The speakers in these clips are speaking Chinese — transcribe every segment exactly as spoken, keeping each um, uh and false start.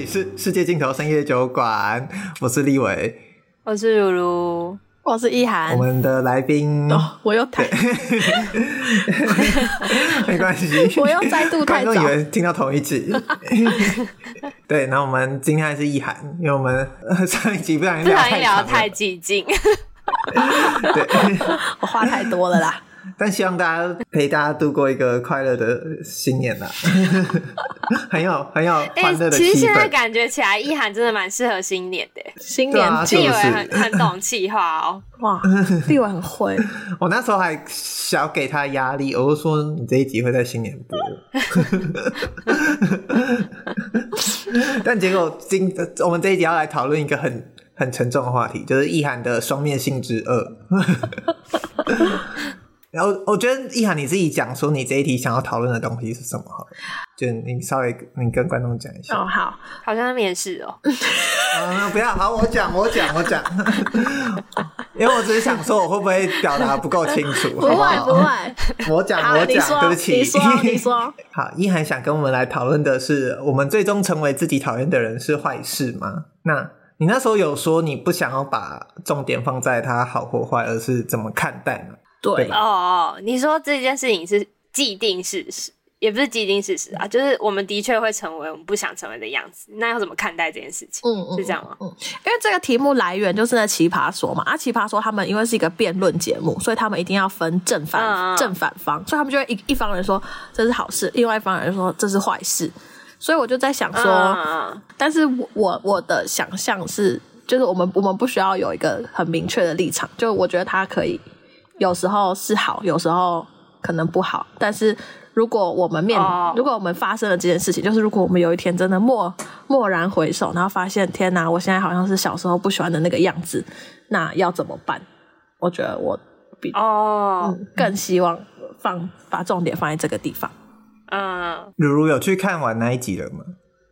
里是世界尽头深夜酒馆，我是立伟， 我是如如， 我是一涵。 我们的来宾， 哦，我又太没关系， 我又再度太早， 观众以为听到同一集。对，然后我们今天还是一涵，因为我们上一集不小心聊太长了， 不小心聊太激进。 对， 我话太多了啦。 但希望大家陪大家度过一个快乐的新年啦，很有很有欢乐的气氛、欸、 其实现在感觉起来，一涵真的蛮适合新年的。 新年立伟很很懂企划哦， 哇，立伟很会。 我那时候还想给他压力，我就说你这一集会在新年播，但结果今我们这一集要来讨论一个很很沉重的话题，就是一涵的双面性之恶。然后我觉得一涵你自己讲说你这一题想要讨论的东西是什么好了，就你稍微你跟观众讲一下。 哦，好， 好像在面试哦。 嗯，不要，好，我讲，我讲，我讲，因为我只是想说我会不会表达不够清楚。 不会，不会， 我讲，我讲，对不起， 你说，你说。 好，一涵想跟我们来讨论的是，我们最终成为自己讨厌的人是坏事吗？那你那时候有说你不想要把重点放在它好或坏，而是怎么看待呢？ 对哦，你说这件事情是既定事实，也不是既定事实啊，就是我们的确会成为我们不想成为的样子。那要怎么看待这件事情？ 嗯嗯， 是这样吗？ 嗯，因为这个题目来源就是那奇葩说嘛，啊，奇葩说他们因为是一个辩论节目，所以他们一定要分正反、嗯、正反方，所以他们就会一一方人说这是好事，另外一方人说这是坏事。所以我就在想说，嗯、但是我我我的想象是，就是我们我们不需要有一个很明确的立场，就我觉得他可以。有时候是好，有时候可能不好。但是如果我们面， oh. 如果我们发生了这件事情，就是如果我们有一天真的蓦蓦然回首，然后发现天哪，我现在好像是小时候不喜欢的那个样子，那要怎么办？我觉得我比哦、oh. 嗯、更希望放把重点放在这个地方。 嗯， 如如有去看完那一集了吗？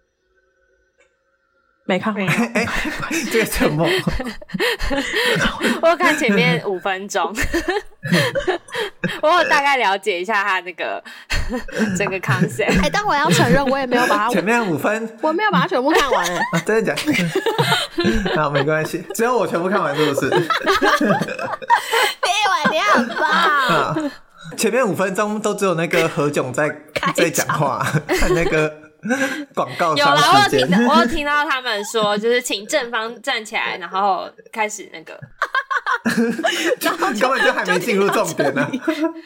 没看过， 哎，这个沉默。 我有看前面五分钟，我有大概了解一下他那个整个 concept。 哎、欸，但我要承认，我也没有把它前面五分， 我没有把它全部看完、欸。 啊，真的假的？好，没关系，只有我全部看完，是不是？ 立伟，你很棒。 前面五分钟都只有那个何炅在在讲话，看那个。广告有啦，我有听，我有听到他们说，就是请正方站起来，然后开始那个， 根本就还没进入重点呢、啊，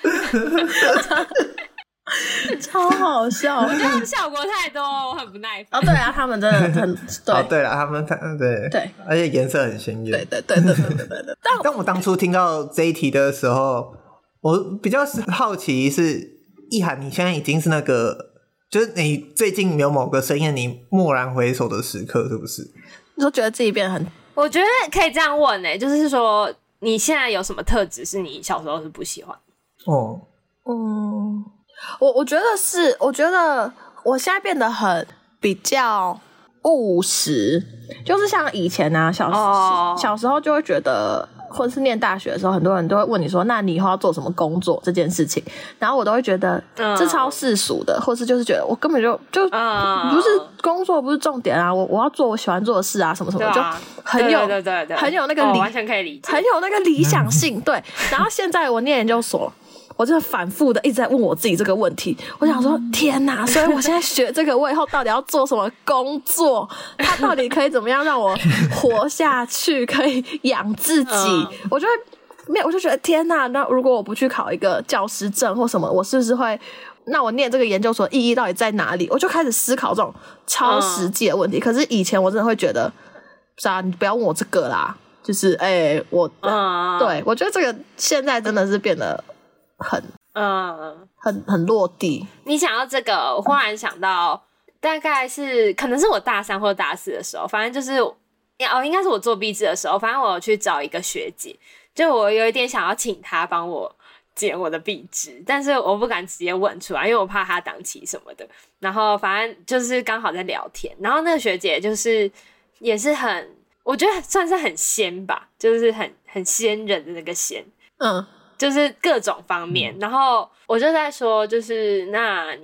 超好笑。 我觉得他们效果太多，我很不耐烦。 哦，对啊，他们真的很对。 哦，对了，他们对对， 而且颜色很鲜艳。 对对对对对对对对。 但我当初听到这一题的时候，我比较好奇是一涵，你现在已经是那个。就是你最近有某个深夜你蓦然回首的时刻，是不是？ 你说觉得自己变得很…… 我觉得可以这样问诶、欸，就是说你现在有什么特质是你小时候是不喜欢？ 哦， 嗯，我我觉得是，我觉得我现在变得很比较务实，就是像以前啊，小时、oh. 小时候就会觉得。或者是念大学的时候，很多人都会问你说那你以后要做什么工作这件事情，然后我都会觉得这超世俗的，或是就是觉得我根本就就不是工作不是重点啊，我我要做我喜欢做的事啊什么什么、啊、就很有对对对对很有那个理、 哦、完全可以理解， 很有那个理想性。对，然后现在我念研究所我真的反复的一直在问我自己这个问题，我想说天哪，所以我现在学这个我以后到底要做什么工作，它到底可以怎么样让我活下去，可以养自己、嗯、我就会没有，我就觉得天哪，那如果我不去考一个教师证或什么，我是不是会，那我念这个研究所意义到底在哪里？我就开始思考这种超实际的问题、嗯、可是以前我真的会觉得是啊，你不要问我这个啦，就是哎、欸、我、嗯、对，我觉得这个现在真的是变得很嗯，很很落地。 你想到这个，我忽然想到，大概是可能是我大三或大四的时候，反正就是哦，应该是我做毕制的时候，反正我有去找一个学姐，就我有一点想要请她帮我剪我的毕制，但是我不敢直接问出来，因为我怕她档期什么的。然后反正就是刚好在聊天，然后那个学姐就是也是很，我觉得算是很仙吧，就是很很仙人的那个仙，嗯。就是各种方面、嗯、然后我就在说就是那你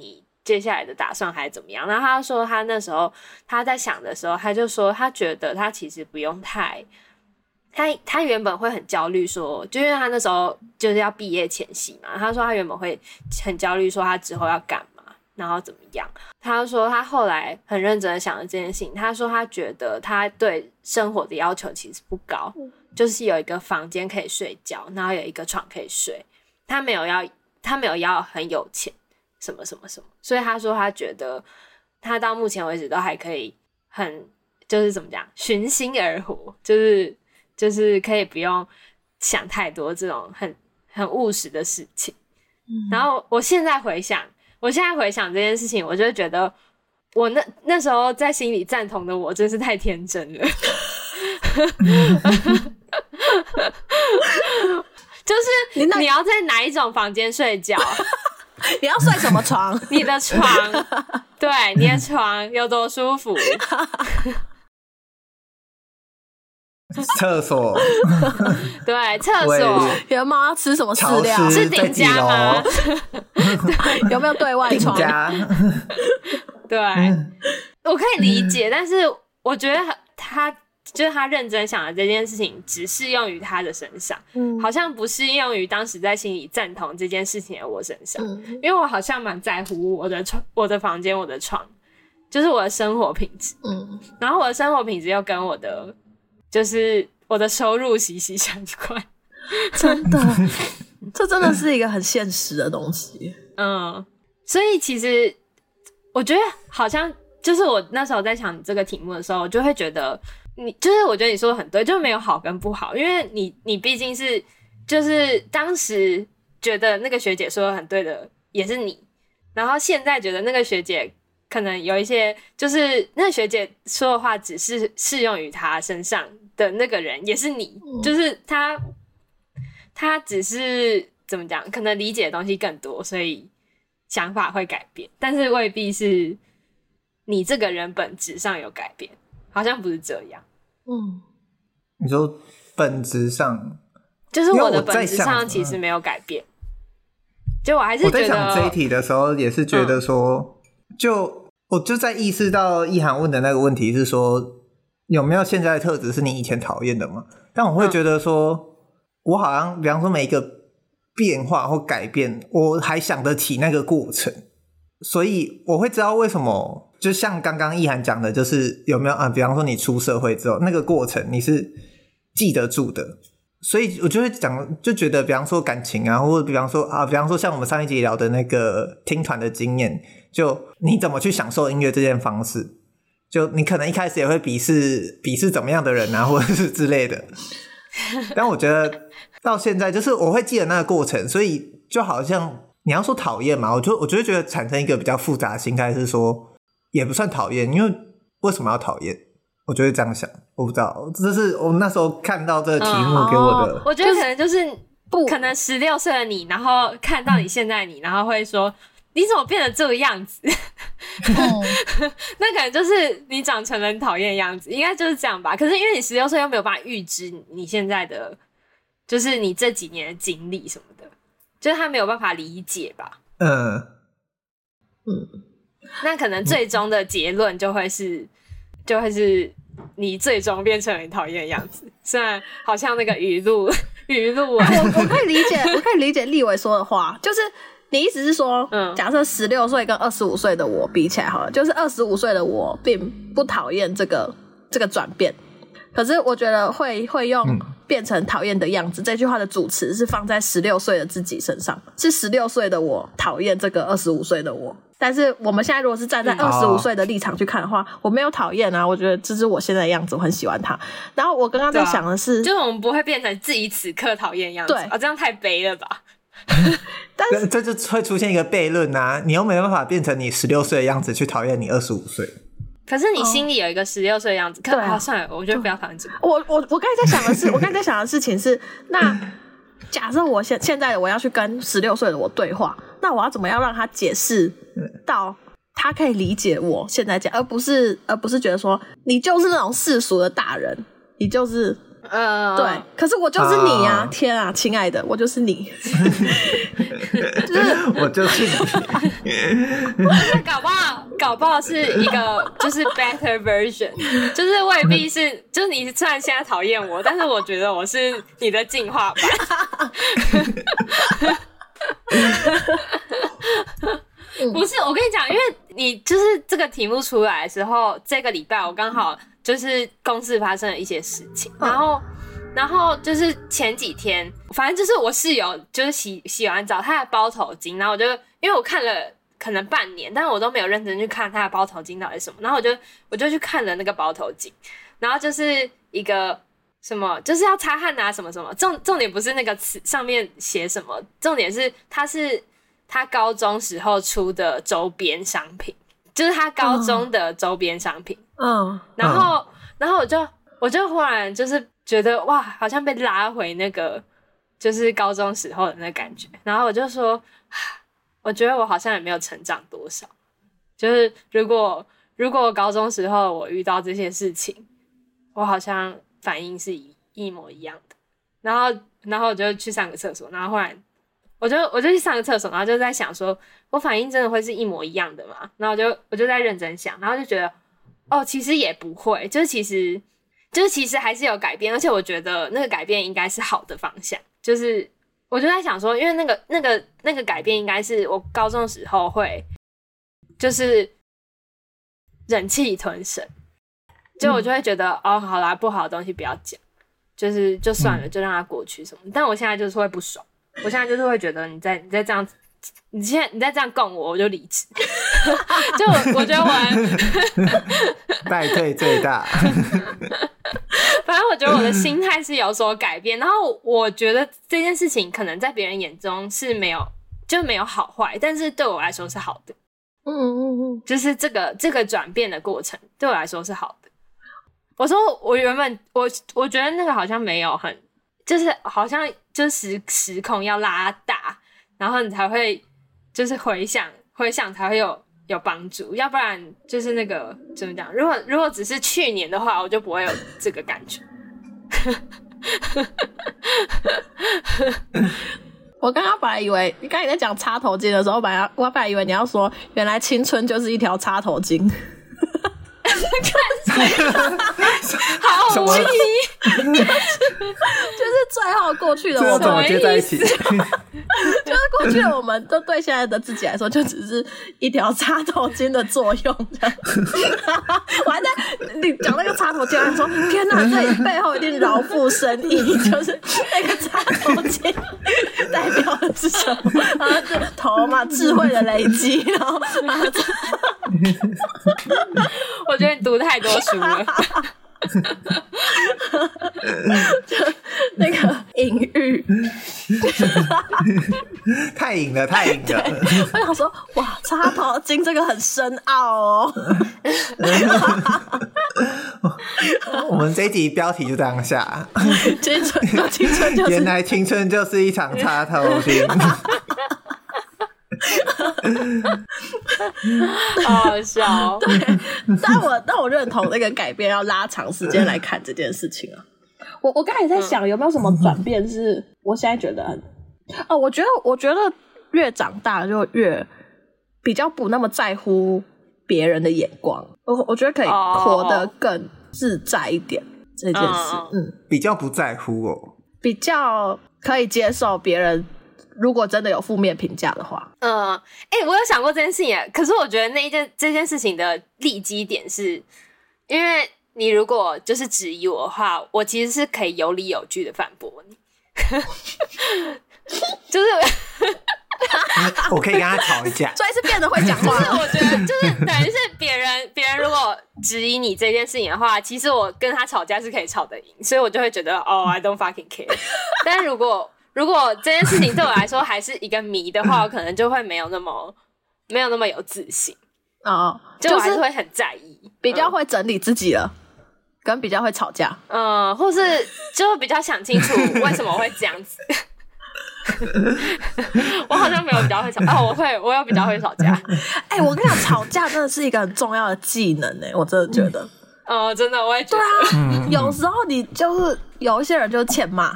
接下来的打算还怎么样。然后他说他那时候他在想的时候，他就说他觉得他其实不用太他他原本会很焦虑说，就因为他那时候就是要毕业前夕嘛，他说他原本会很焦虑说他之后要干嘛然后怎么样。他说他后来很认真的想了这件事情，他说他觉得他对生活的要求其实不高，就是有一个房间可以睡觉，然后有一个床可以睡，他没有要他没有要很有钱什么什么什么。所以他说他觉得他到目前为止都还可以很就是怎么讲循心而活，就是就是可以不用想太多这种很很务实的事情、嗯、然后我现在回想我现在回想这件事情，我就会觉得我那那时候在心里赞同的我真是太天真了就是你要在哪一种房间睡觉你要睡什么床你的床对你的床有多舒服厕所对厕所你的猫要吃什么饲料？ 是顶家吗有没有对外窗？ 对、嗯、我可以理解、嗯、但是我觉得他就是他认真想的这件事情只适用于他的身上、嗯、好像不适用于当时在心里赞同这件事情的我身上、嗯、因为我好像蛮在乎我的床我的房间我的床就是我的生活品质、嗯、然后我的生活品质又跟我的就是我的收入息息相关真的这真的是一个很现实的东西。 嗯，所以其实我觉得好像就是我那时候在想这个题目的时候，我就会觉得你就是我觉得你说的很对，就没有好跟不好，因为你你毕竟是就是当时觉得那个学姐说的很对的也是你，然后现在觉得那个学姐可能有一些就是那个学姐说的话只是适用于她身上的那个人也是你、嗯、就是她她只是怎么讲可能理解的东西更多，所以想法会改变，但是未必是你这个人本质上有改变，好像不是这样。嗯， 你说本质上就是我的本质上其实没有改变，就我还是觉得我在想这一题的时候也是觉得说、嗯、就我就在意识到一涵问的那个问题是说有没有现在的特质是你以前讨厌的吗？但我会觉得说、嗯、我好像比方说每一个变化或改变我还想得起那个过程，所以我会知道为什么就像刚刚一涵讲的就是有没有啊？比方说你出社会之后那个过程你是记得住的，所以我就会讲就觉得比方说感情啊，或者比方说啊，比方说像我们上一集聊的那个听团的经验，就你怎么去享受音乐这件方式，就你可能一开始也会鄙视鄙视怎么样的人啊或者是之类的但我觉得到现在就是我会记得那个过程，所以就好像你要说讨厌嘛，我就我就会觉得产生一个比较复杂的心态是说也不算讨厌，因为为什么要讨厌，我就会这样想，我不知道这是我那时候看到这个题目给我的、 嗯哦、我觉得可能就是不可能十六岁的你然后看到你现在你然后会说你怎么变得这个样子、嗯、那可能就是你长成了你讨厌的样子，应该就是这样吧。可是因为你十六岁又没有办法预知你现在的就是你这几年的经历什么的，就是他没有办法理解吧。嗯嗯，那可能最终的结论就会是就会是你最终变成了你讨厌的样子，虽然好像那个语录语录啊我我可以理解我可以理解立伟说的话，就是你意思是说、嗯、假设十六岁跟二十五岁的我比起来好了，就是二十五岁的我并不讨厌这个这个转变，可是我觉得会会用变成讨厌的样子、嗯、这句话的主词是放在十六岁的自己身上，是十六岁的我讨厌这个二十五岁的我，但是我们现在如果是站在二十五岁的立场去看的话、嗯、我没有讨厌啊，我觉得这是我现在的样子，我很喜欢他。然后我刚刚在想的是、 啊、就是我们不会变成自己此刻讨厌的样子，对、哦、这样太悲了吧但是这就会出现一个悖论啊，你又没办法变成你十六岁的样子去讨厌你二十五岁， 可是你心里有一个十六岁的样子、哦、可啊算了，我觉得不要讨厌这个。 我我我刚才在想的是我刚才在想的事情是那假设我现现在的我要去跟十六岁的我对话，那我要怎么样让他解释到他可以理解我现在讲，而不是而不是觉得说你就是那种世俗的大人，你就是嗯， 对，可是我就是你啊！ 啊天啊，亲爱的，我就是你，就是我就是你。 搞不好搞不好是一个就是 better version， 就是未必是，就是你虽然现在讨厌我，但是我觉得我是你的进化版。不是，我跟你讲，因为你就是这个题目出来的时候，这个礼拜我刚好就是公司发生了一些事情，然后。然后就是前几天，反正就是我室友就是洗洗完澡，他的包头巾，然后我就因为我看了可能半年，但是我都没有认真去看他的包头巾到底是什么，然后我就我就去看了那个包头巾，然后就是一个什么就是要擦汗啊什么什么，重重点不是那个词上面写什么，重点是他是他高中时候出的周边商品，就是他高中的周边商品， 嗯， 然后然后我就我就忽然就是觉得哇，好像被拉回那个就是高中时候的那个感觉，然后我就说，我觉得我好像也没有成长多少，就是如果如果高中时候我遇到这些事情，我好像反应是一一模一样的，然后然后我就去上个厕所，然后忽然我就我就去上个厕所，然后就在想说，我反应真的会是一模一样的吗？然后我就我就在认真想，然后就觉得，哦，其实也不会，就是其实。就是其实还是有改变，而且我觉得那个改变应该是好的方向。就是我就在想说，因为那个那个那个改变应该是我高中时候会，就是忍气吞声，就我就会觉得、嗯、哦，好啦，不好的东西不要讲，就是就算了，就让它过去什么。但我现在就是会不爽，我现在就是会觉得你在你在这样子。你现在你再这样供我，我就离职。就我我觉得我败退最大。 反正我觉得我的心态是有所改变，然后我觉得这件事情可能在别人眼中是没有就没有好坏，但是对我来说是好的。 嗯嗯嗯， 就是这个这个转变的过程对我来说是好的。我说我原本我我觉得那个好像没有很，就是好像就是时时空要拉大。然后你才会就是回想回想才会有有帮助，要不然就是那个怎么讲？如果如果只是去年的话，我就不会有这个感觉。 我刚刚本来以为你刚才在讲插头巾的时候，本来我本来以为你要说，原来青春就是一条插头巾。 好无意义， 就是就是最后过去的我们怎么接在一起？ 就是过去的我们都对现在的自己来说，就只是一条插头巾的作用。我还在你讲那个插头巾，还说天哪，这里背后一定饶富深意，就是那个插头巾代表的是什么？然后这头嘛，智慧的累积，然后然后我觉得你读太多书了。 就那个隐喻太隐了，太隐了。 我想说，哇，插头巾这个很深奥哦。 我们这一集标题就这样下： 青春，青春就是原来青春就是一场插头巾。 好好笑哦。 对，但我但我认同那个改变要拉长时间来看这件事情啊。我我刚才也在想，有没有什么转变是我现在觉得很哦，我觉得我觉得越长大就越比较不那么在乎别人的眼光，我我觉得可以活得更自在一点。这件事，嗯， 比较不在乎哦， 比较可以接受别人。如果真的有负面评价的话， 嗯，哎、欸，我有想过这件事情，可是我觉得那一件这件事情的立基点是，因为你如果就是质疑我的话，我其实是可以有理有据的反驳你，就是我可以跟他吵一架， 所以是变得会讲话。 就是我觉得就是等于是别人别人如果质疑你这件事情的话，其实我跟他吵架是可以吵得赢，所以我就会觉得哦 ，I don't fucking care。但如果如果这件事情对我来说还是一个谜的话，我可能就会没有那么没有那么有自信哦， 就我还是会很在意， 比较会整理自己了，嗯、跟比较会吵架， 嗯，或是就比较想清楚为什么会这样子。我好像没有比较会吵哦，我会，我有比较会吵架。 哎、欸，我跟你讲，吵架真的是一个很重要的技能哎、欸，我真的觉得。 哦，真的，我也觉得。 对啊，有时候你就是有一些人就欠骂，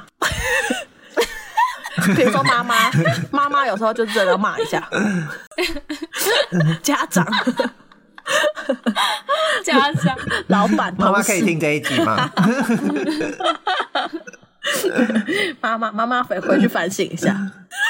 比如说妈妈，妈妈有时候就真的骂一下家长。 家长、 老板、 妈妈可以听这一集吗？ 妈妈，妈妈回回去反省一下。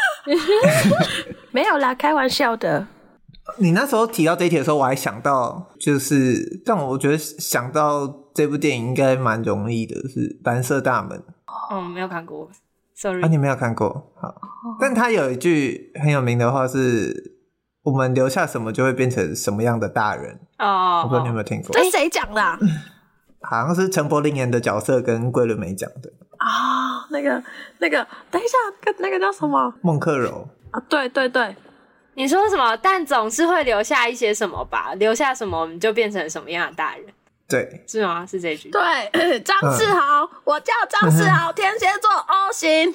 没有啦，开玩笑的。 你那时候提到这一题的时候，我还想到，就是让我觉得想到这部电影应该蛮容易的，是《蓝色大门》。 哦，没有看过 ，sorry。 啊，你没有看过？好，但他有一句很有名的话是。我们留下什么就会变成什么样的大人哦， 我不知道你有没有听过？ 这谁讲的、啊？ 好像是陈柏霖演的角色跟桂纶镁讲的啊、哦。那个那个，等一下，那个叫什么？ 孟克柔啊，对对对， 你说什么？但总是会留下一些什么吧？留下什么，我们就变成什么样的大人？ 对， 是吗？是这句？ 对，张世豪，嗯、我叫张世豪，天蝎座 O 型。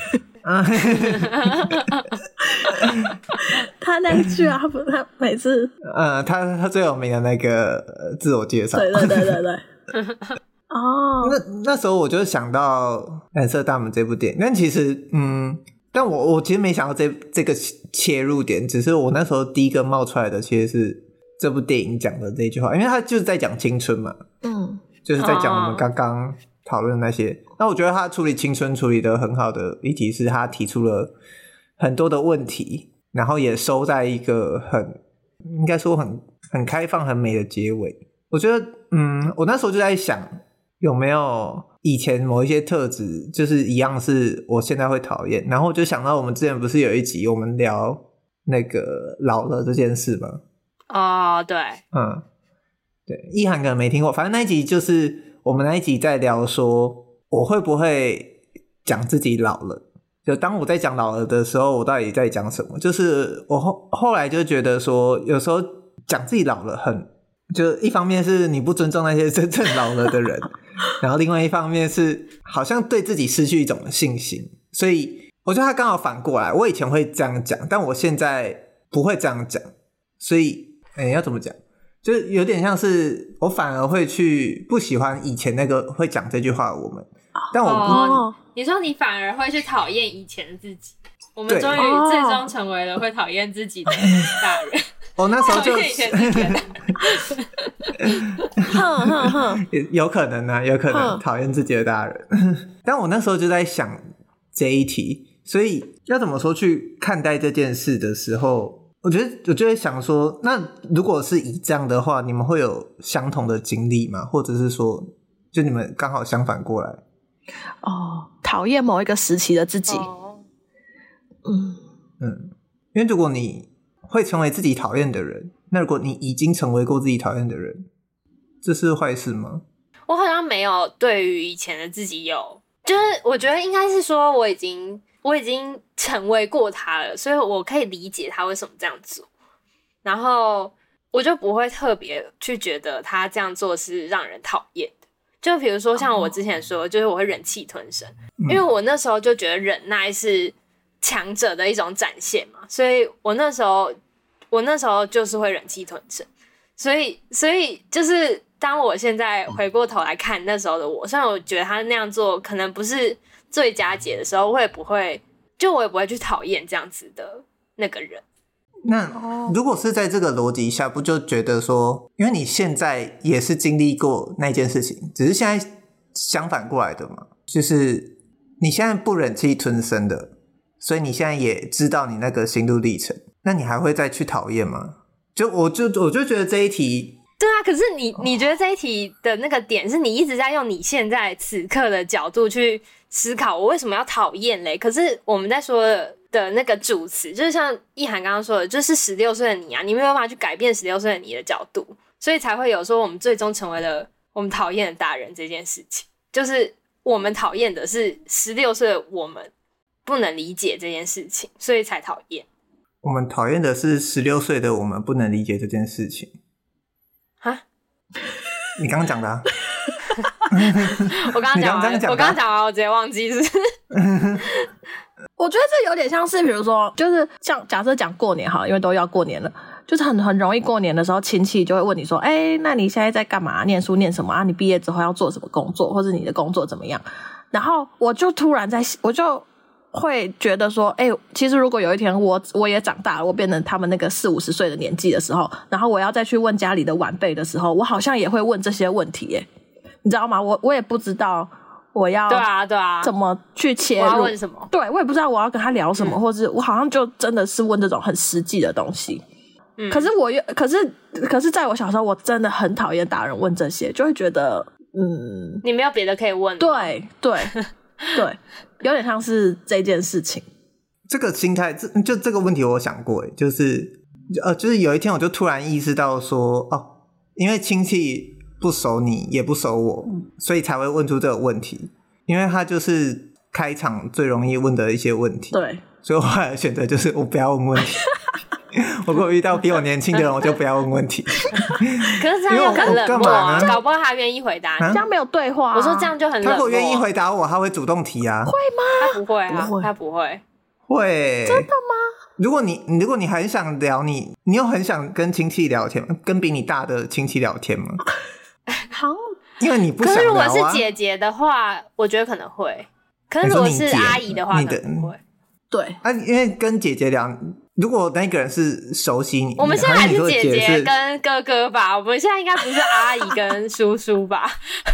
他那一句啊，他他每次， 呃，他他最有名的那个自我介绍， 对对对对对。哦， 那那时候我就想到《蓝色大门》这部电影，但其实，嗯，但我我其实没想到这这个切入点，只是我那时候第一个冒出来的其实是这部电影讲的这句话，因为他就是在讲青春嘛，嗯，就是在讲我们刚刚讨论的那些。哦、那我觉得他处理青春处理的很好的议题是他提出了很多的问题，然后也收在一个很应该说很很开放很美的结尾。我觉得嗯，我那时候就在想有没有以前某一些特质就是一样是我现在会讨厌，然后我就想到我们之前不是有一集我们聊那个老了这件事吗？ 哦，对， 嗯，对，一涵可能没听过，反正那一集就是我们那一集在聊说我会不会讲自己老了，就当我在讲老了的时候我到底在讲什么，就是我后后来就觉得说有时候讲自己老了很就一方面是你不尊重那些真正老了的人然后另外一方面是好像对自己失去一种信心，所以我觉得他刚好反过来，我以前会这样讲，但我现在不会这样讲，所以诶要怎么讲，就是有点像是我反而会去不喜欢以前那个会讲这句话的我们，但我不、 哦、你说你反而会去讨厌以前的自己，我们终于最终成为了会讨厌自己的大人我那时候就讨厌以前自己的哼哼哼有可能啊，有可能讨厌自己的大人但我那时候就在想这一题，所以要怎么说去看待这件事的时候，我觉得我就会想说，那如果是以这样的话，你们会有相同的经历吗？或者是说就你们刚好相反过来？ 哦，讨厌某一个时期的自己。哦、 嗯嗯，因为如果你会成为自己讨厌的人，那如果你已经成为过自己讨厌的人，这是坏事吗？ 我好像没有对于以前的自己有，就是我觉得应该是说我已经我已经成为过他了，所以我可以理解他为什么这样做，然后我就不会特别去觉得他这样做是让人讨厌的。就比如说像我之前说，就是我会忍气吞声，因为我那时候就觉得忍耐是强者的一种展现嘛，所以我那时候我那时候就是会忍气吞声，所以所以就是当我现在回过头来看那时候的我，虽然我觉得他那样做可能不是最佳解的时候，我也不会就我也不会去讨厌这样子的那个人。 那如果是在这个逻辑下，不就觉得说因为你现在也是经历过那件事情，只是现在相反过来的嘛，就是你现在不忍气吞声的，所以你现在也知道你那个心路历程，那你还会再去讨厌吗？就我就我就觉得这一题，对啊，可是你你觉得这一题的那个点是你一直在用你现在此刻的角度去思考我为什么要讨厌嘞？可是我们在说的那个主词，就是像一涵刚刚说的，就是十六岁的你啊，你没有办法去改变十六岁的你的角度，所以才会有说我们最终成为了我们讨厌的大人这件事情，就是我们讨厌的是十六岁的我们不能理解这件事情，所以才讨厌。 我们讨厌的是十六岁的我们不能理解这件事情。 哈？ 你刚刚讲的啊？ 我刚刚讲完，我刚刚讲完，我直接忘记是。 我觉得这有点像是，比如说，就是像假设讲过年好，因为都要过年了， 就是很很容易过年的时候，亲戚就会问你说，哎、欸，那你现在在干嘛？念书念什么啊？你毕业之后要做什么工作，或者你的工作怎么样？然后我就突然在，我就会觉得说，哎、欸，其实如果有一天我我也长大了，我变成他们那个四五十岁的年纪的时候，然后我要再去问家里的晚辈的时候，我好像也会问这些问题、欸，耶，你知道吗？我我也不知道我要对啊对啊怎么去切入， 我要问什么？ 对，我也不知道我要跟他聊什么，嗯、或者我好像就真的是问这种很实际的东西。嗯、可是我可是可是在我小时候，我真的很讨厌大人问这些，就会觉得嗯， 你没有别的可以问。 对对对，有点像是这件事情。 这个心态，这就这个问题我有想过，就是呃，就是有一天我就突然意识到说，哦，因为亲戚不熟你，也不熟我，嗯、所以才会问出这个问题，因为他就是开场最容易问的一些问题。 对， 所以我后来选择就是我不要问问题。我如果遇到比我年轻的人，我就不要问问题。 可是这样又很冷漠啊，搞不好他愿意回答你、啊， 这样没有对话、啊。 我说这样就很冷漠。 他如果愿意回答我，他会主动提啊。 会吗？ 他不会啊， 不会他不会。 会？ 真的吗？ 如果你如果你很想聊你，你有很想跟亲戚聊天，跟比你大的亲戚聊天吗？ 好， 因为你不想聊啊。 可是如果是姐姐的话，我觉得可能会。可是如果是阿姨的话，可能不会。 对啊，因为跟姐姐聊。如果那个人是熟悉你， 我们现在还是姐姐跟哥哥吧，我们现在应该不是阿姨跟叔叔吧？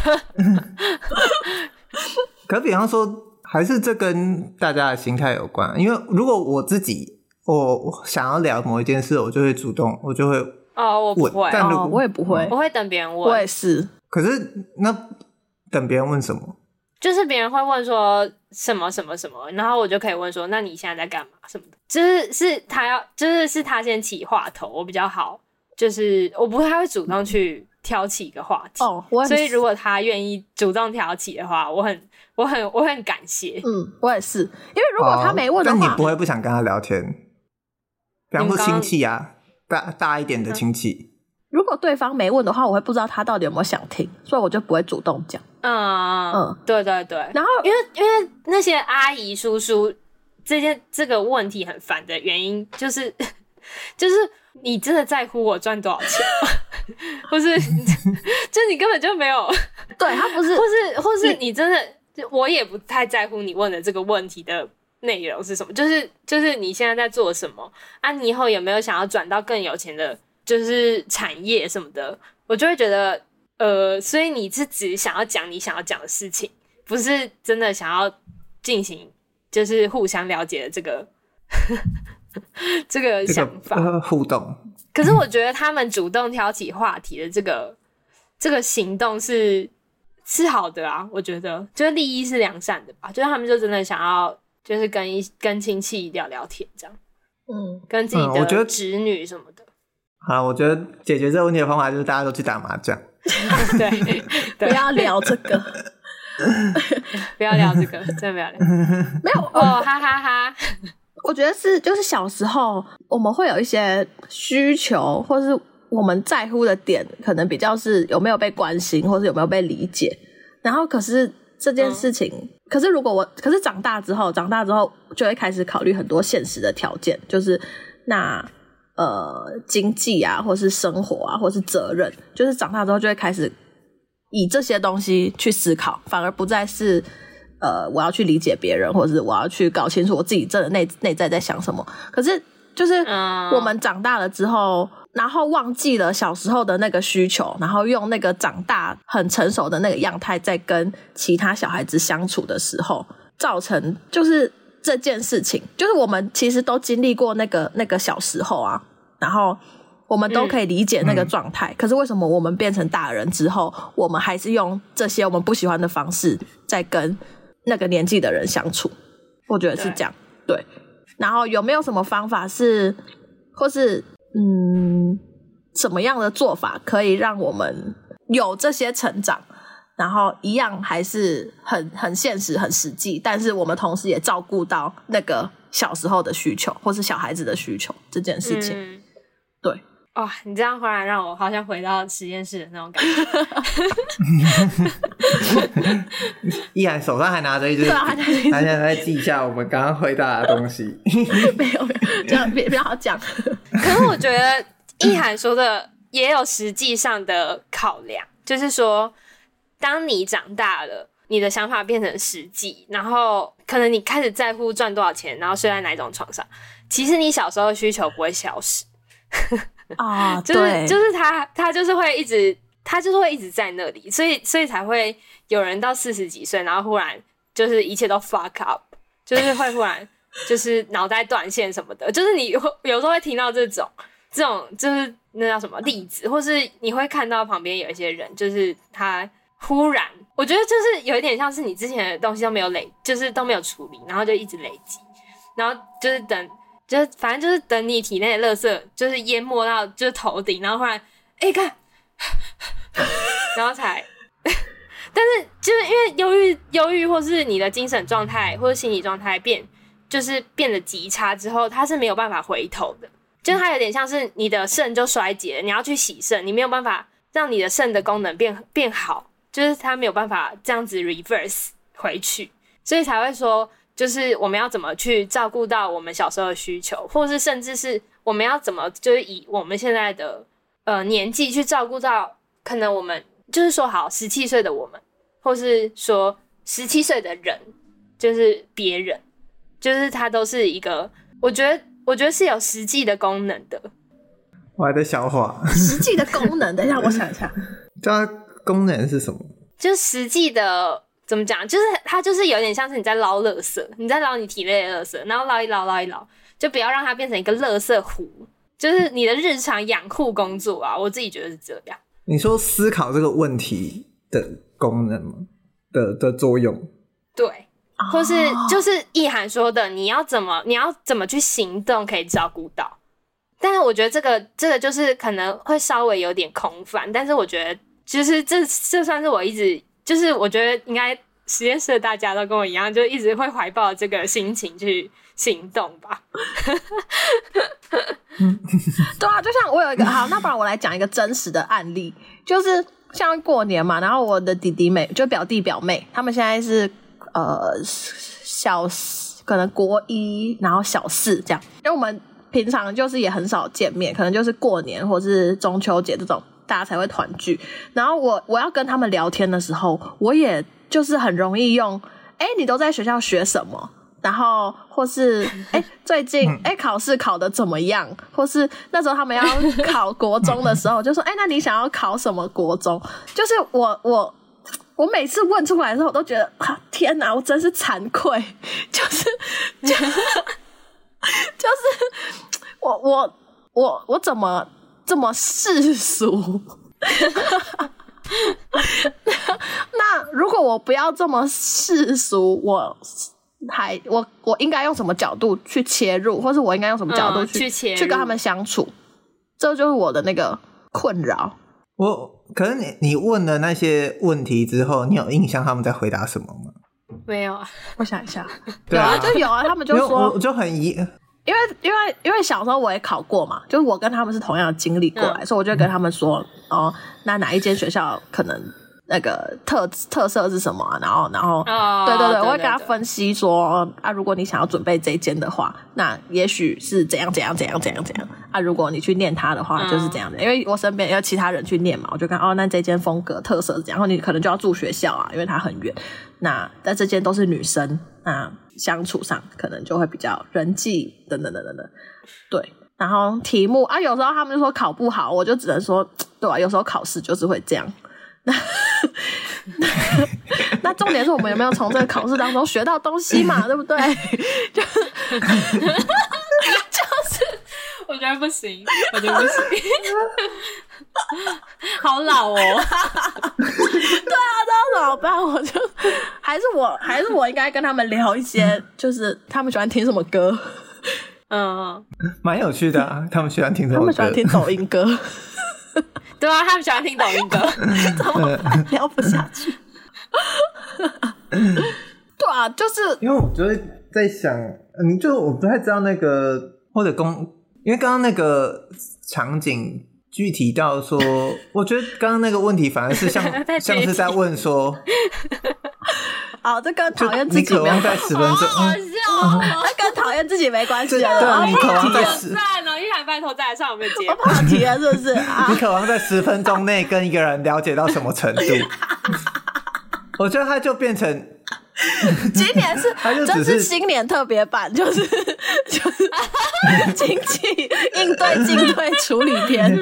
可比方说，还是这跟大家的心态有关。因为如果我自己我想要聊某一件事，我就会主动，我就会问。 哦，我不会， 但如果、 哦、我也不会， 我会等别人问。 我也是。 可是那等别人问什么？ 就是别人会问说什么什么什么，然后我就可以问说，那你现在在干嘛什么的。就是是他要，就是是他先起话头，我比较好，就是我不太会主动去挑起一个话题。 哦，我所以如果他愿意主动挑起的话，我很我很我很感谢。 嗯，我也是，因为如果他没问的话， 那、哦、你不会不想跟他聊天？比方说亲戚啊，大大一点的亲戚。 嗯，如果对方没问的话，我会不知道他到底有没有想听，所以我就不会主动讲。 嗯嗯， 对对对。然后因为因为那些阿姨叔叔这件这个问题很烦的原因，就是就是你真的在乎我赚多少钱吗？或是就你根本就没有对他不是， 或是或是你真的我也不太在乎你问的这个问题的内容是什么，就是就是你现在在做什么啊？你以后有没有想要转到更有钱的？就是产业什么的，我就会觉得，呃，所以你是只想要讲你想要讲的事情，不是真的想要进行就是互相了解的这个这个想法、 这个呃、互动。 可是我觉得他们主动挑起话题的这个这个行动是是好的啊，我觉得就是利益是良善的吧，就是他们就真的想要就是跟一跟亲戚聊聊天这样， 嗯， 跟自己的侄女什么的。 好，我觉得解决这个问题的方法就是大家都去打麻将。 对，对， 不要聊这个， 不要聊这个，真的不要聊。 没有哦，哈哈哈。 我觉得是，就是小时候我们会有一些需求，或是我们在乎的点，可能比较是有没有被关心，或是有没有被理解。然后，可是这件事情，嗯、可是如果我，可是长大之后，长大之后就会开始考虑很多现实的条件，就是那。呃，经济啊，或是生活啊，或是责任，就是长大之后就会开始以这些东西去思考，反而不再是呃，我要去理解别人，或者是我要去搞清楚我自己真的内内在在想什么。可是，就是我们长大了之后，然后忘记了小时候的那个需求，然后用那个长大很成熟的那个样态，在跟其他小孩子相处的时候，造成就是这件事情，就是我们其实都经历过那个那个小时候啊。然后我们都可以理解那个状态、嗯、可是为什么我们变成大人之后，我们还是用这些我们不喜欢的方式在跟那个年纪的人相处？我觉得是这样。 对, 对。然后有没有什么方法是或是嗯什么样的做法可以让我们有这些成长，然后一样还是很很现实很实际，但是我们同时也照顾到那个小时候的需求或是小孩子的需求这件事情、嗯对， 哇、哦，你这样忽然让我好像回到实验室的那种感觉。 依然手上还拿着一支，大家再记一下我们刚刚回答的东西。 没有没有，这样比较好讲。 可是我觉得意涵说的也有实际上的考量，就是说，当你长大了，你的想法变成实际，然后可能你开始在乎赚多少钱，然后睡在哪一种床上，其实你小时候的需求不会消失。 啊， 就是对， 就是他他就是会一直他就是会一直在那里，所以所以才会有人到四十几岁，然后忽然就是一切都 fuck up， 就是会忽然就是脑袋断线什么的，就是你有时候会听到这种这种就是那叫什么例子，或是你会看到旁边有一些人，就是他忽然，我觉得就是有一点像是你之前的东西都没有累，就是都没有处理，然后就一直累积，然后就是等。就是反正就是等你体内的垃圾就是淹没到就是头顶，然后忽然哎、欸、看，然后才，但是就是因为忧郁忧郁或是你的精神状态或是心理状态变就是变得极差之后，它是没有办法回头的，就是它有点像是你的肾就衰竭了，你要去洗肾，你没有办法让你的肾的功能变变好，就是它没有办法这样子 reverse 回去，所以才会说。就是我们要怎么去照顾到我们小时候的需求，或是甚至是我们要怎么就是以我们现在的呃年纪去照顾到可能我们就是说好十七岁的我们，或是说十七岁的人，就是别人，就是它都是一个我觉得我觉得是有实际的功能的。 我还在消化实际的功能，等一下我想一下， 它功能是什么？ 就是实际的。怎么讲？就是它就是有点像是你在捞垃圾，你在捞你体内的垃圾，然后捞一捞捞一捞，就不要让它变成一个垃圾湖，就是你的日常养护工作啊。我自己觉得是这样。 你说思考这个问题的功能吗？的的作用？ 对，或是就是意涵说的，你要怎么你要怎么去行动可以照顾到。但是我觉得这个这个就是可能会稍微有点空泛，但是我觉得就是这这算是我一直。就是我觉得应该实验室的大家都跟我一样，就一直会怀抱这个心情去行动吧。 对啊，就像我有一个好，那不然我来讲一个真实的案例，就是像过年嘛，然后我的弟弟妹就表弟表妹，他们现在是呃小可能国一，然后小四这样，因为我们平常就是也很少见面，可能就是过年或是中秋节这种。大家才会团聚，然后我我要跟他们聊天的时候，我也就是很容易用，哎，你都在学校学什么？然后或是哎，最近哎考试考得怎么样？或是那时候他们要考国中的时候，就说哎，那你想要考什么国中？就是我我我每次问出来的时候，我都觉得啊，天哪，我真是惭愧，就是就就是我我我我怎么？这么世俗那如果我不要这么世俗，我还我我应该用什么角度去切入，或是我应该用什么角度去、 嗯、去切入去跟他们相处？这就是我的那个困扰。 我可是你你问了那些问题之后，你有印象他们在回答什么吗？ 没有啊， 我想一下， 对啊， 有啊，就有啊，他们就说， 我就很疑。 因为因为因为小时候我也考过嘛，就是我跟他们是同样的经历过来、嗯、所以我就跟他们说哦，那哪一间学校可能那个特特色是什么啊？然后然后、哦、对对对，我会跟他分析说啊，如果你想要准备这一间的话，那也许是怎样怎样怎样怎样怎样啊，如果你去念它的话就是这样的、嗯、因为我身边有其他人去念嘛，我就看哦，那这间风格特色是这样，然后你可能就要住学校啊，因为它很远，那在这间都是女生，那相处上可能就会比较人际等等等等等，对。然后题目啊，有时候他们就说考不好，我就只能说，对吧、啊？有时候考试就是会这样。那那重点是我们有没有从这个考试当中学到东西嘛？对不对？就就是我觉得不行，我觉得不行，好老哦。对啊，这样怎么办？我就还是我还是我应该跟他们聊一些，就是他们喜欢听什么歌。 嗯， 蛮有趣的啊，他们喜欢听什么歌？ 他们喜欢听抖音歌。 对啊，他们喜欢听抖音歌， 怎么办？聊不下去。对啊，就是因为我就会在想，嗯，就我不太知道那个或者公，因为刚刚那个场景具体到说，我觉得刚刚那个问题反而是像像是在问说。 好，这跟讨厌自己没有在十分钟， 好好笑哦！ 那跟讨厌自己没关系啊。 对啊，你渴望在十， 赞哦！一涵快拜托再来上我们的节我目。 跑题了是不是？啊、 你渴望在十分钟内跟一个人了解到什么程度？我觉得他就变成今年是他就只是这是新年特别版，就是就是经济应对进退处理篇。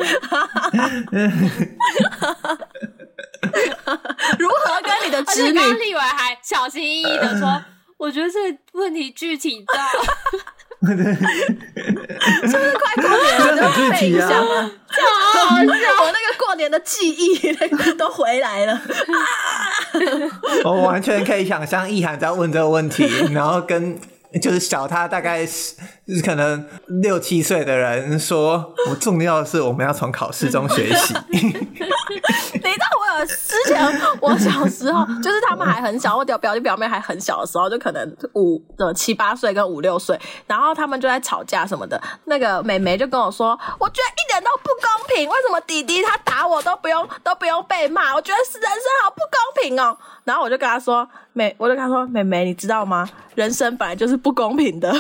如何跟你的而侄女？ 且刚刚立伟还小心翼翼的说：“我觉得这个问题具体到。” 是不是快过年了？ 真的很具体啊就背一下吗？ 超好笑！ 我那个过年的记忆都回来了。 我完全可以想象意涵在问这个问题，然后跟就是小他大概是可能六七岁的人说，我重要的是我们要从考试中学习。 你知道我有之前我小时候，就是他们还很小，我表表弟表妹还很小的时候，就可能五呃七八岁跟五六岁，然后他们就在吵架什么的。那个妹妹就跟我说，我觉得一点都不公平，为什么弟弟他打我都不用都不用被骂？我觉得人生好不公平哦。然后我就跟他说，妹，我就跟他说，妹妹，你知道吗？人生本来就是不公平的。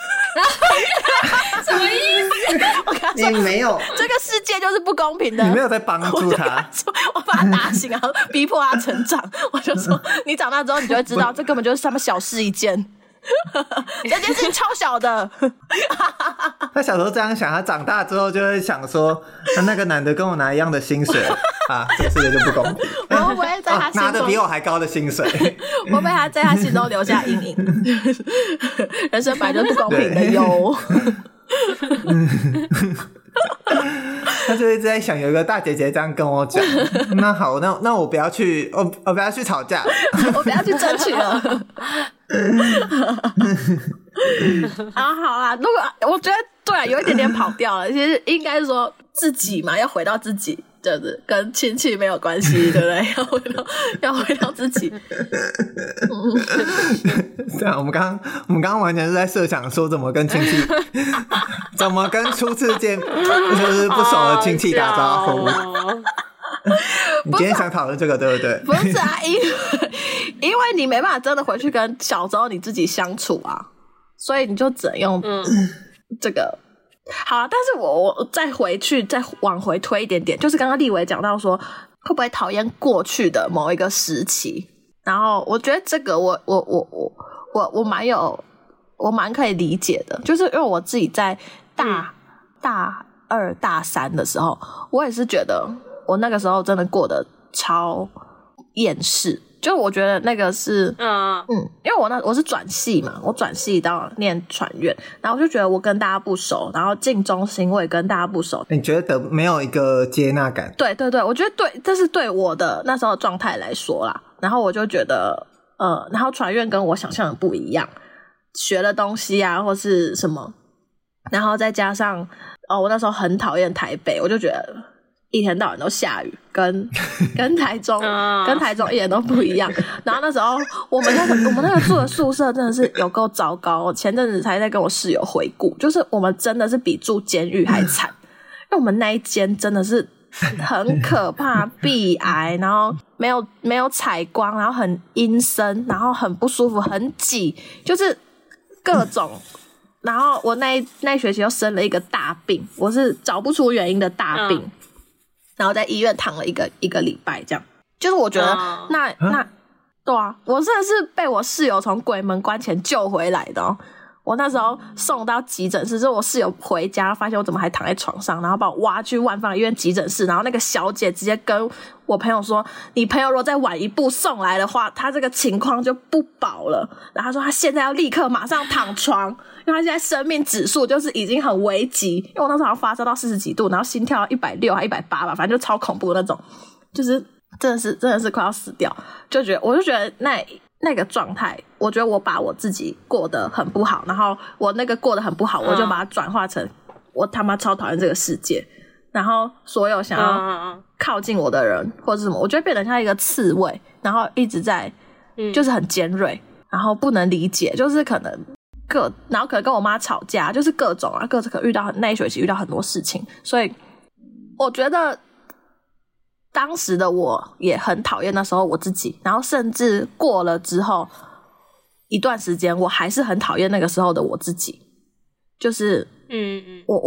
什么意思？ 我跟他说， 你没有， 这个世界就是不公平的。 你没有在帮助他。 我把他打醒，然后逼迫他成长。我就说，你长大之后，你就会知道，这根本就是他们小事一件。这件事情超小的。 他小时候这样想，他长大之后就会想说，啊、那个男的跟我拿一样的薪水啊，这个世界就不公平。 我会不会在他心中、 啊、拿的比我还高的薪水？ 我被他在他心中留下阴影。人生本来就是不公平的哟。 他就一直在想，有一个大姐姐这样跟我讲，那好，那那我不要去，我我不要去吵架， 我不要去争取了。啊，好啦，如果我觉得对啊，有一点点跑掉了。其实应该说自己嘛，要回到自己，就是跟亲戚没有关系，对不对？要回到要回到自己。 对啊，我们刚刚我们刚刚完全是在设想说怎么跟亲戚，怎么跟初次见就是不熟的亲戚打招呼。你今天想讨论这个对不对？ 不是啊，因为因为你没办法真的回去跟小时候你自己相处啊，所以你就只能用这个。嗯、好、啊，但是我我再回去再往回推一点点，就是刚刚立伟讲到说会不会讨厌过去的某一个时期，然后我觉得这个我我我我我我蛮有我蛮可以理解的，就是因为我自己在大、嗯、大二大三的时候，我也是觉得。我那个时候真的过得超厌世，就我觉得那个是，嗯嗯，因为我那我是转系嘛，我转系到念传院，然后我就觉得我跟大家不熟，然后进中心我也跟大家不熟。 你觉得没有一个接纳感？ 对对对，我觉得对，这是对我的那时候的状态来说啦。然后我就觉得，呃，然后传院跟我想象的不一样，学的东西啊或是什么，然后再加上，哦，我那时候很讨厌台北，我就觉得。一天到晚都下雨，跟跟台中跟台中一点都不一样。然后那时候我们那个我们那个住的宿舍真的是有够糟糕。我前阵子才在跟我室友回顾，就是我们真的是比住监狱还惨，因为我们那一间真的是很可怕，壁癌，然后没有没有采光，然后很阴森，然后很不舒服，很挤，就是各种。然后我那一那一学期又生了一个大病，我是找不出原因的大病。嗯，然后在医院躺了一个一个礼拜，这样就是我觉得那、oh. 那对啊，我真的是被我室友从鬼门关前救回来的哦。我那时候送到急诊室，就是我室友回家发现我怎么还躺在床上，然后把我挖去万芳医院急诊室，然后那个小姐直接跟我朋友说，你朋友如果再晚一步送来的话，他这个情况就不保了。然后他说他现在要立刻马上躺床，因为他现在生命指数就是已经很危急，因为我那时候好像发烧到四十几度，然后心跳一百六还一百八吧，反正就超恐怖的那种，就是真的是真的是快要死掉，就觉得我就觉得那那个状态，我觉得我把我自己过得很不好，然后我那个过得很不好，我就把它转化成我他妈超讨厌这个世界，然后所有想要靠近我的人或者什么，我觉得变得像一个刺猬，然后一直在就是很尖锐，然后不能理解，就是可能各然后可能跟我妈吵架，就是各种啊各种可能遇到那一学期遇到很多事情，所以我觉得当时的我也很讨厌那时候我自己，然后甚至过了之后一段时间我还是很讨厌那个时候的我自己，就是嗯嗯，我我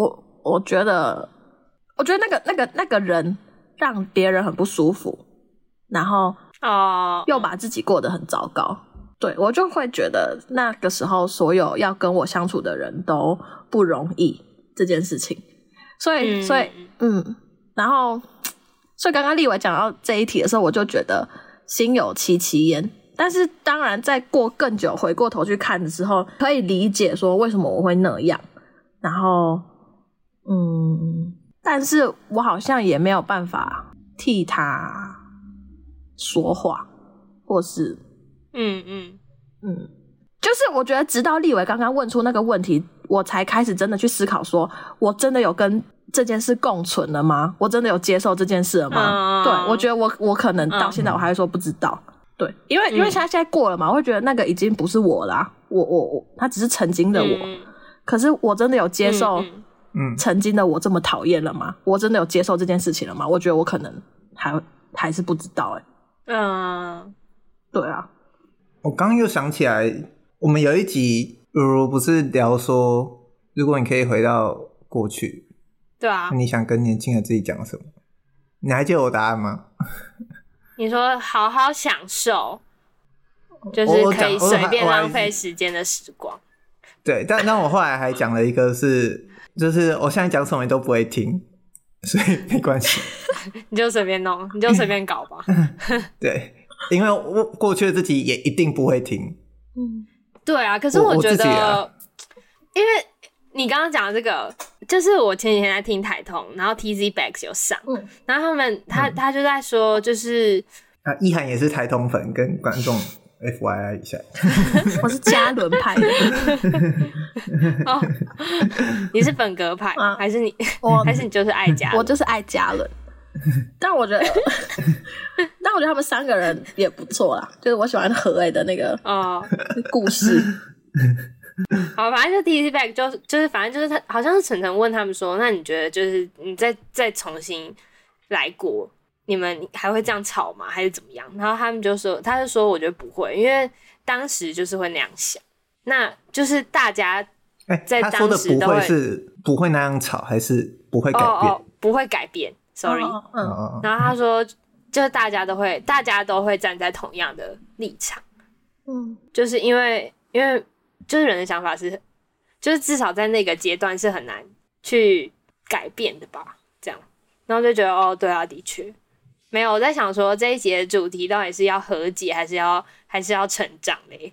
我觉得，我觉得那个那个那个人让别人很不舒服，然后哦， 又把自己过得很糟糕。对，我就会觉得那个时候所有要跟我相处的人都不容易这件事情。所以，嗯、所以，嗯，然后，所以刚刚立伟讲到这一题的时候，我就觉得心有戚戚焉。但是，当然，在过更久回过头去看的时候，可以理解说为什么我会那样。然后，嗯，但是我好像也没有办法替他说话，或是。 嗯嗯嗯，就是我觉得直到立伟刚刚问出那个问题，我才开始真的去思考说，我真的有跟这件事共存了吗？我真的有接受这件事了吗？嗯、对，我觉得我我可能到现在我还会说不知道。嗯、对，因为因为现在现在过了嘛，我会觉得那个已经不是我啦，我我我，他只是曾经的我。嗯、可是我真的有接受，嗯，曾经的我这么讨厌了吗？我真的有接受这件事情了吗？我觉得我可能还还是不知道哎、欸。嗯，对啊。 我刚刚又想起来，我们有一集如如不是聊说，如果你可以回到过去， 对啊， 你想跟年轻的自己讲什么？你还记得我答案吗？ 你说好好享受，就是可以随便浪费时间的时光。 对，但但我后来还讲了一个是，就是我现在讲什么你都不会听，所以没关系， 你就随便弄，你就随便搞吧。 对。因为我过去的自己也一定不会听。 嗯，对啊，可是我觉得，啊、因为你刚刚讲的这个，就是我前几天在听台通，然后 T Z Bags 有上，嗯、然后他们他他就在说，就是啊，一涵也是台通粉，跟观众 F Y I 一下， 我是嘉伦派的。 哦，你是本格派，啊、还是你？还是你就是爱嘉？ 我就是爱嘉伦。但我觉得，但我觉得他们三个人也不错啦。就是我喜欢何伟的那个哦故事。 好，反正就 T Z Back 就就是反正就是他好像是晨晨问他们说，那你觉得就是你再再重新来过，你们还会这样吵吗？还是怎么样？然后他们就说，他就说我觉得不会，因为当时就是会那样想，那就是大家在当时都会、欸、他说的不会是不会那样吵，还是不会改变？哦哦不会改变。Sorry，、哦嗯、然后他说，就是大家都会，大家都会站在同样的立场，嗯，就是因为，因为就是人的想法是，就是至少在那个阶段是很难去改变的吧，这样，然后就觉得，哦，对啊，的确，没有，我在想说这一节的主题到底是要和解，还是要，还是要成长嘞？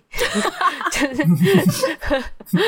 就是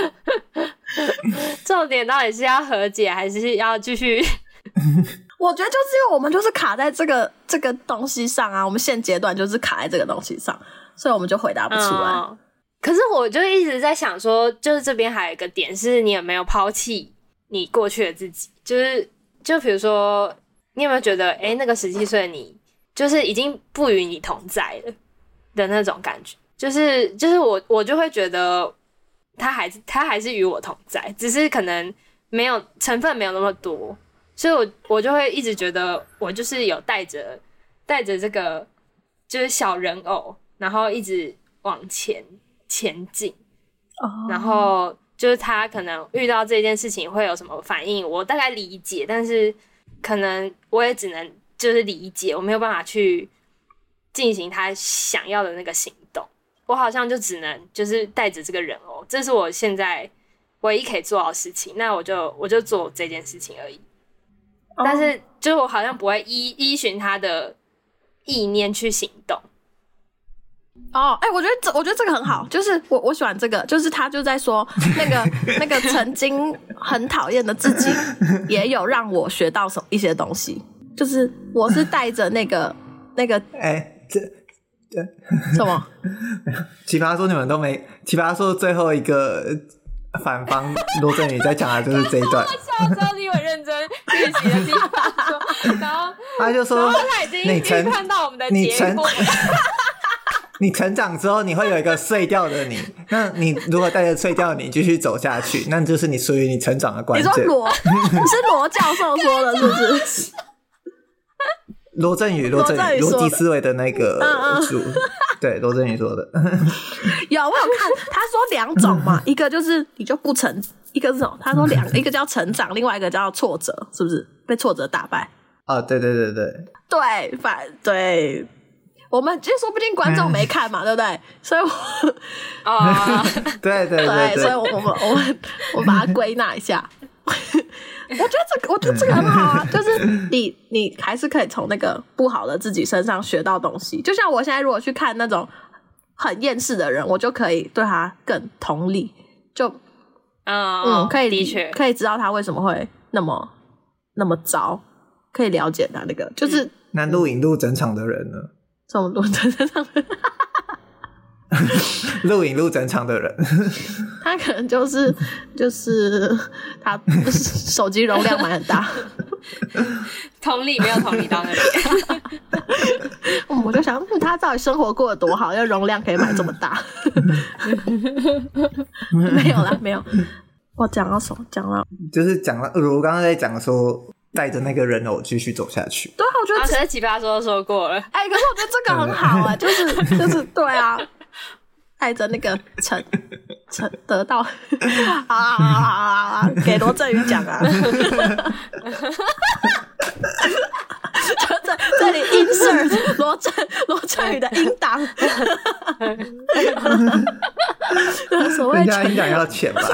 重点到底是要和解，还是要继续？ 我觉得就是因为我们就是卡在这个这个东西上啊，我们现阶段就是卡在这个东西上，所以我们就回答不出来。嗯、 可是我就一直在想说，就是这边还有一个点是，你有没有抛弃你过去的自己？就是就比如说，你有没有觉得，哎，那个十七岁的你，就是已经不与你同在了的那种感觉？就是就是我我就会觉得，他还是他还是与我同在，只是可能没有成分没有那么多。所以我我就会一直觉得我就是有带着带着这个就是小人偶，然后一直往前前进， oh. 然后就是他可能遇到这件事情会有什么反应，我大概理解，但是可能我也只能就是理解，我没有办法去进行他想要的那个行动，我好像就只能就是带着这个人偶，这是我现在唯一可以做到的事情，那我就我就做这件事情而已。但是，就是我好像不会依依循他的意念去行动。 哦，哎、欸，我觉得这，我觉得这个很好，就是我我喜欢这个，就是他就在说那个那个曾经很讨厌的自己，也有让我学到什么一些东西，就是我是带着那个那个， 哎、欸，这这什么？ 奇葩说你们都没，奇葩说最后一个。反方罗振宇在讲的就是这一段， 笑之后立伟认真预习的地方说，然后他就说， 然后他已经预判到我们的结果。 你成长之后，你会有一个碎掉的你。那你如果带着碎掉的你继续走下去，那就是你属于你成长的关键。 你说罗是罗教授说的，是不是？ 罗振宇，罗振宇，逻辑思维的那个主。 对，罗振宇说的。 有，我有看，他说两种嘛，一个就是你就不成，一个是什么？他说两，一个叫成长，另外一个叫挫折，是不是？被挫折打败。 哦，对对对对对，反对。我们就说不定观众没看嘛，对不对？所以我啊， 对对对对，所以我我们我们我把它归纳一下。我觉得这个，我觉得这个很好啊，就是你你还是可以从那个不好的自己身上学到东西。就像我现在如果去看那种很厌世的人，我就可以对他更同理，就嗯嗯，可以的确可以知道他为什么会那么那么糟，可以了解他那个就是、嗯、 那录影录整场的人呢？ 这么多真的上面录影录整场的人， 他可能就是就是他手机容量蛮很大， 同理没有同理到那里。 我就想，嗯，他到底生活过得多好，因为容量可以买这么大。没有啦，没有。我讲到什么？讲到就是讲到我刚刚在讲说。带着那个人偶继续走下去。 对啊，我觉得、 啊、可是奇葩说说过了。 哎、欸，可是我觉得这个很好啊、欸，就是就是对啊，带着那个成成得到啊啊啊啊！给罗振宇讲啊。就在这里 insert 罗振罗振宇的音档。所谓人家音档要钱吧？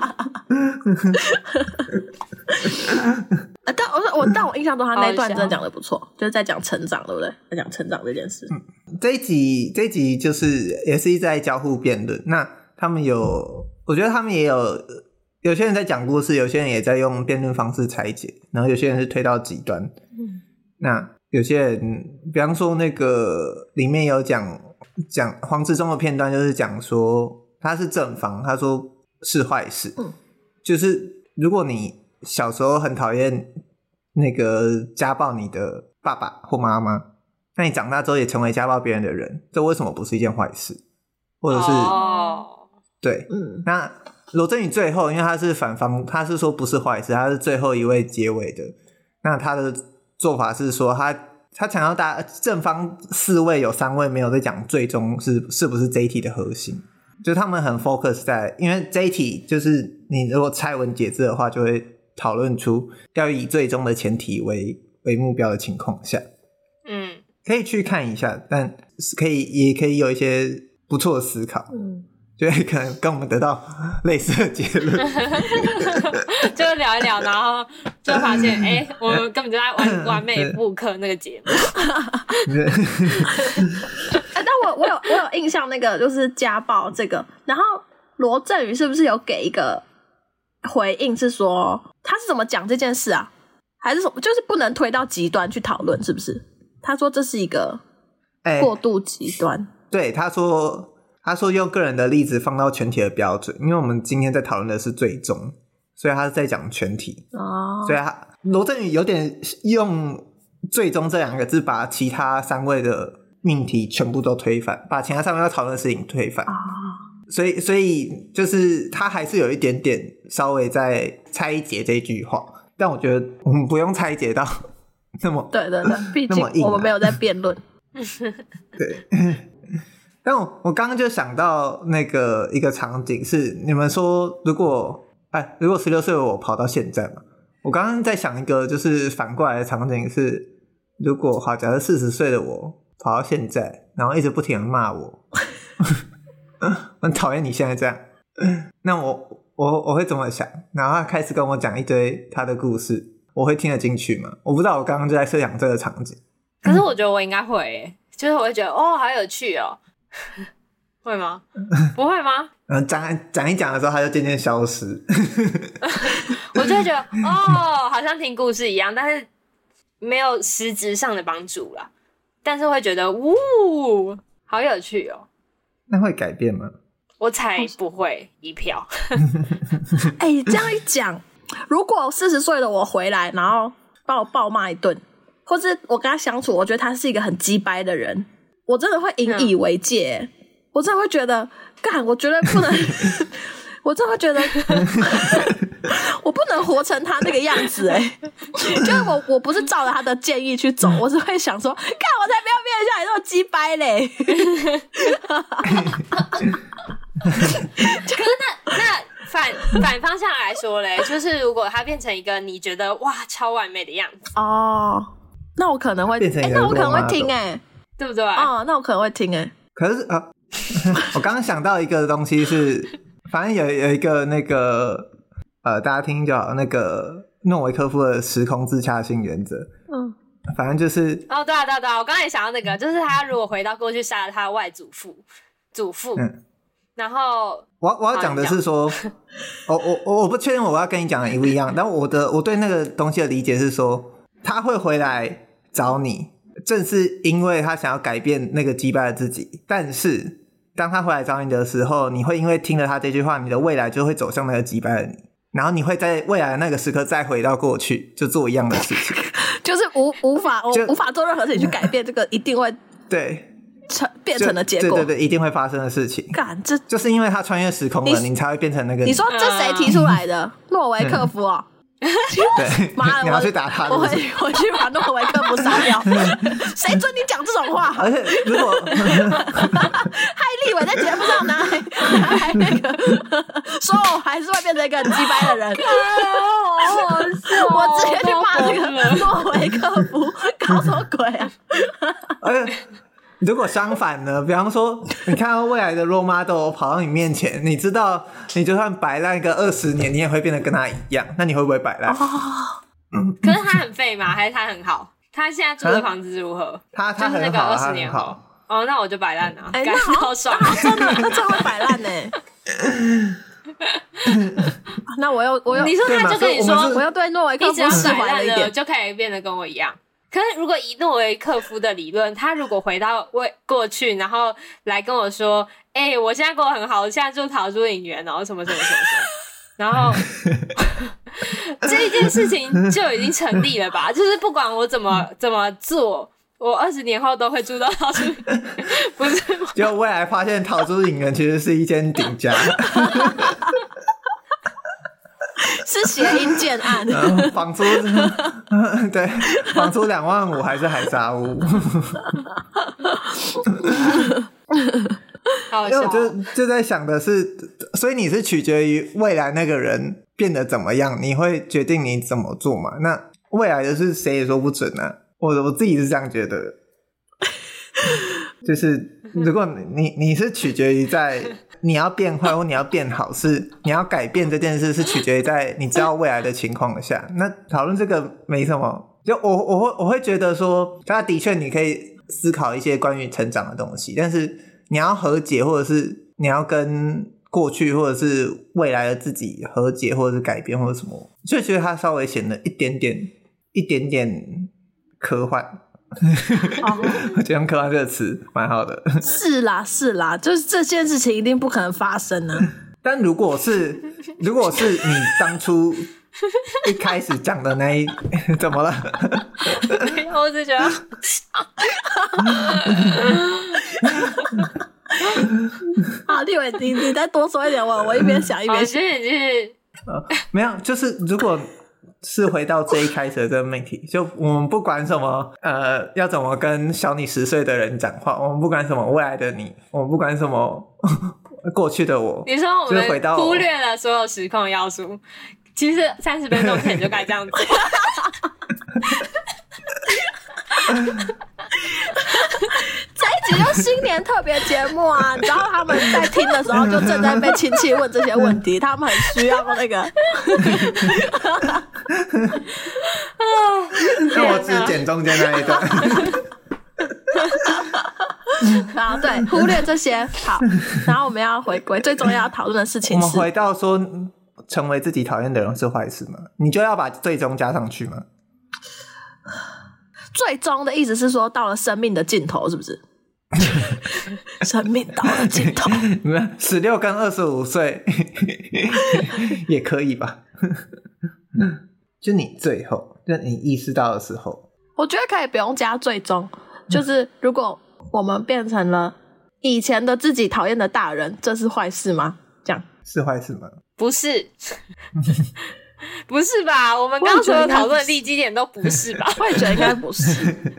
但我我但我印象中他那段真的讲的不错，就是在讲成长，对不对？在讲成长这件事。 嗯，这一集这一集就是也是一直在交互辩论。那他们有，我觉得他们也有，有些人在讲故事，有些人也在用辩论方式拆解，然后有些人是推到极端。嗯，那有些人，比方说那个里面有讲讲黄执中的片段，就是讲说他是正方，他说是坏事，嗯，就是如果你小时候很讨厌那个家暴你的爸爸或妈妈，那你长大之后也成为家暴别人的人，这为什么不是一件坏事？或者是、哦、对，嗯，那罗振宇最后因为他是反方，他是说不是坏事，他是最后一位结尾的，那他的做法是说他他强调大正方四位有三位没有在讲最终是是不是这一题的核心，就他们很 focus 在，因为这一题就是你如果拆文解字的话就会讨论出要以最终的前提为为目标的情况下，嗯，可以去看一下，但可以也可以有一些不错的思考，嗯，就会可能跟我们得到类似的结论， 就聊一聊，然后就发现，哎、欸，我们根本就在完完美复刻那个节目。 但我我有我有印象，那个就是家暴这个，然后罗振宇是不是有给一个回应，是说他是怎么讲这件事啊？还是什么？就是不能推到极端去讨论，是不是？他说这是一个过度极端。欸、 对，他说他说用个人的例子放到全体的标准，因为我们今天在讨论的是最终，所以他是在讲全体。哦，所以他罗振宇有点用最终这两个字把其他三位的命题全部都推翻，把其他三位要讨论的事情推翻。哦，所以所以就是他还是有一点点稍微在拆解这句话，但我觉得我们不用拆解到那么对对对，毕竟我们没有在辩论。 对，但我我刚刚就想到那个一个场景是，你们说如果哎如果十六岁的我跑到现在嘛，我刚刚在想一个就是反过来的场景是，如果好假设四十岁的我跑到现在，然后一直不停的骂我。我很讨厌你现在这样，那我我我会怎么想？然后他开始跟我讲一堆他的故事，我会听得进去吗？我不知道，我刚刚就在设想这个场景。 可是我觉得我应该会耶，就是我会觉得哦，好有趣哦，会吗？不会吗？ 嗯，讲讲一讲的时候，他就渐渐消失。 我就会觉得哦，好像听故事一样，但是没有实质上的帮助啦。但是会觉得，呜，好有趣哦。 那会改变吗？ 我才不会一票。 哎、欸，这样一讲，如果四十岁的我回来，然后把我暴骂一顿，或是我跟他相处，我觉得他是一个很鸡掰的人，我真的会引以为戒。嗯、我真的会觉得，干，我绝对不能，我真的会觉得， 我不能活成他那个样子哎、欸，就是我我不是照着他的建议去走，我是会想说，看我才不要变得像你这么鸡掰嘞。 可是那那反反方向来说嘞，就是如果他变成一个你觉得哇超完美的样子哦，那我可能会变成一个、欸、 那我可能会听哎、欸， 对不对？ 哦，那我可能会听哎、欸。 可是啊，我刚刚想到一个东西是，反正有有一个那个呃，大家听就好，那个诺维克夫的时空自洽性原则。嗯，反正就是哦，对啊，对啊，对啊，我刚才也想到那个，就是他如果回到过去杀了他的外祖父、祖父，嗯，然后我我要讲的是说，我我我我不确定我要跟你讲的一不一样，但我的我对那个东西的理解是说，他会回来找你。正是因为他想要改变那个击败的自己，但是当他回来找你的时候，你会因为听了他这句话，你的未来就会走向那个击败的你，然后你会在未来的那个时刻再回到过去，就做一样的事情， 就是无无法无法做任何事情去改变这个一定会对成变成的结果， 对对对，一定会发生的事情。 干，这就是因为他穿越时空了，你, 你才会变成那个你。 你说这谁提出来的？诺维克夫哦。 对，妈的，你要去打他是不是？ 我会我去把诺维克夫杀掉。谁准你讲这种话？ 而且如果害立委在节目上拿来拿来那个说我还是会变成一个很鸡掰的人， 好好笑！ 我直接去骂这个诺维克夫，搞什么鬼啊？ 而且如果相反呢？比方说，你看到未来的 role model 跑到你面前，你知道你就算摆烂个二十年，你也会变得跟他一样，那你会不会摆烂？哦嗯、可是他很废吗？还是他很好？他现在住的房子如何？ 他他就是那个二十年后。哦，那我就摆烂了。哎、欸， 那好爽， 那真的，他真的会摆烂呢。那我又我又你说他就跟你说， 我又对诺维克夫释怀了一点， 就可以变得跟我一样。可是如果以诺维克夫的理论，他如果回到未过去，然后来跟我说，哎、欸，我现在过得很好，我现在住桃珠影园，然后什么什么什么什么，然后这一件事情就已经成立了吧？就是不管我怎么怎么做，我二十年后都会住到桃珠影园，不是吗？ 就未来发现桃珠影园其实是一间顶家。 是谐音建案， 嗯、房租对，房租两万五还是海沙屋？ 好笑， 因为我就就在想的是，所以你是取决于未来那个人变得怎么样，你会决定你怎么做嘛？那未来的是谁也说不准啊。我我自己是这样觉得的，就是如果你你是取决于在。你要变坏或你要变好，是你要改变这件事，是取决于在你知道未来的情况下。那讨论这个没什么，就我我会我会觉得说，他的确你可以思考一些关于成长的东西，但是你要和解，或者是你要跟过去或者是未来的自己和解，或者是改变或者什么，就觉得它稍微显得一点点一点点科幻。我觉得用科幻这个词蛮好的。 是啦是啦，就是这件事情一定不可能发生啊。 但如果是如果是你当初一开始讲的那一怎么了？ 我只觉得好，立伟你你再多说一点，我我一边想一边想。 就是就是呃，没有，就是如果是回到最一开始的这个命题，就我们不管什么呃要怎么跟小你十岁的人讲话，我们不管什么未来的你，我们不管什么过去的我， 你说我们忽略了所有时空要素，其实三十分钟前就该这样子。 这一集就新年特别节目啊，然后他们在听的时候就正在被亲戚问这些问题，他们很需要那个。 那我只剪中间那一段。 好，对，忽略这些好，然后我们要回归最重要要讨论的事情是， 我们回到说成为自己讨厌的人是坏事吗？你就要把最终加上去吗？ 最终的意思是说到了生命的尽头，是不是？生命到了尽头， 十六跟二十五岁也可以吧？就你最后，就你意识到的时候， 我觉得可以不用加最终，就是如果我们变成了以前的自己讨厌的大人，这是坏事吗？这样是坏事吗？ 不是。不是吧？我们刚刚所有讨论的立基点都不是吧？ 我也觉得应该不是。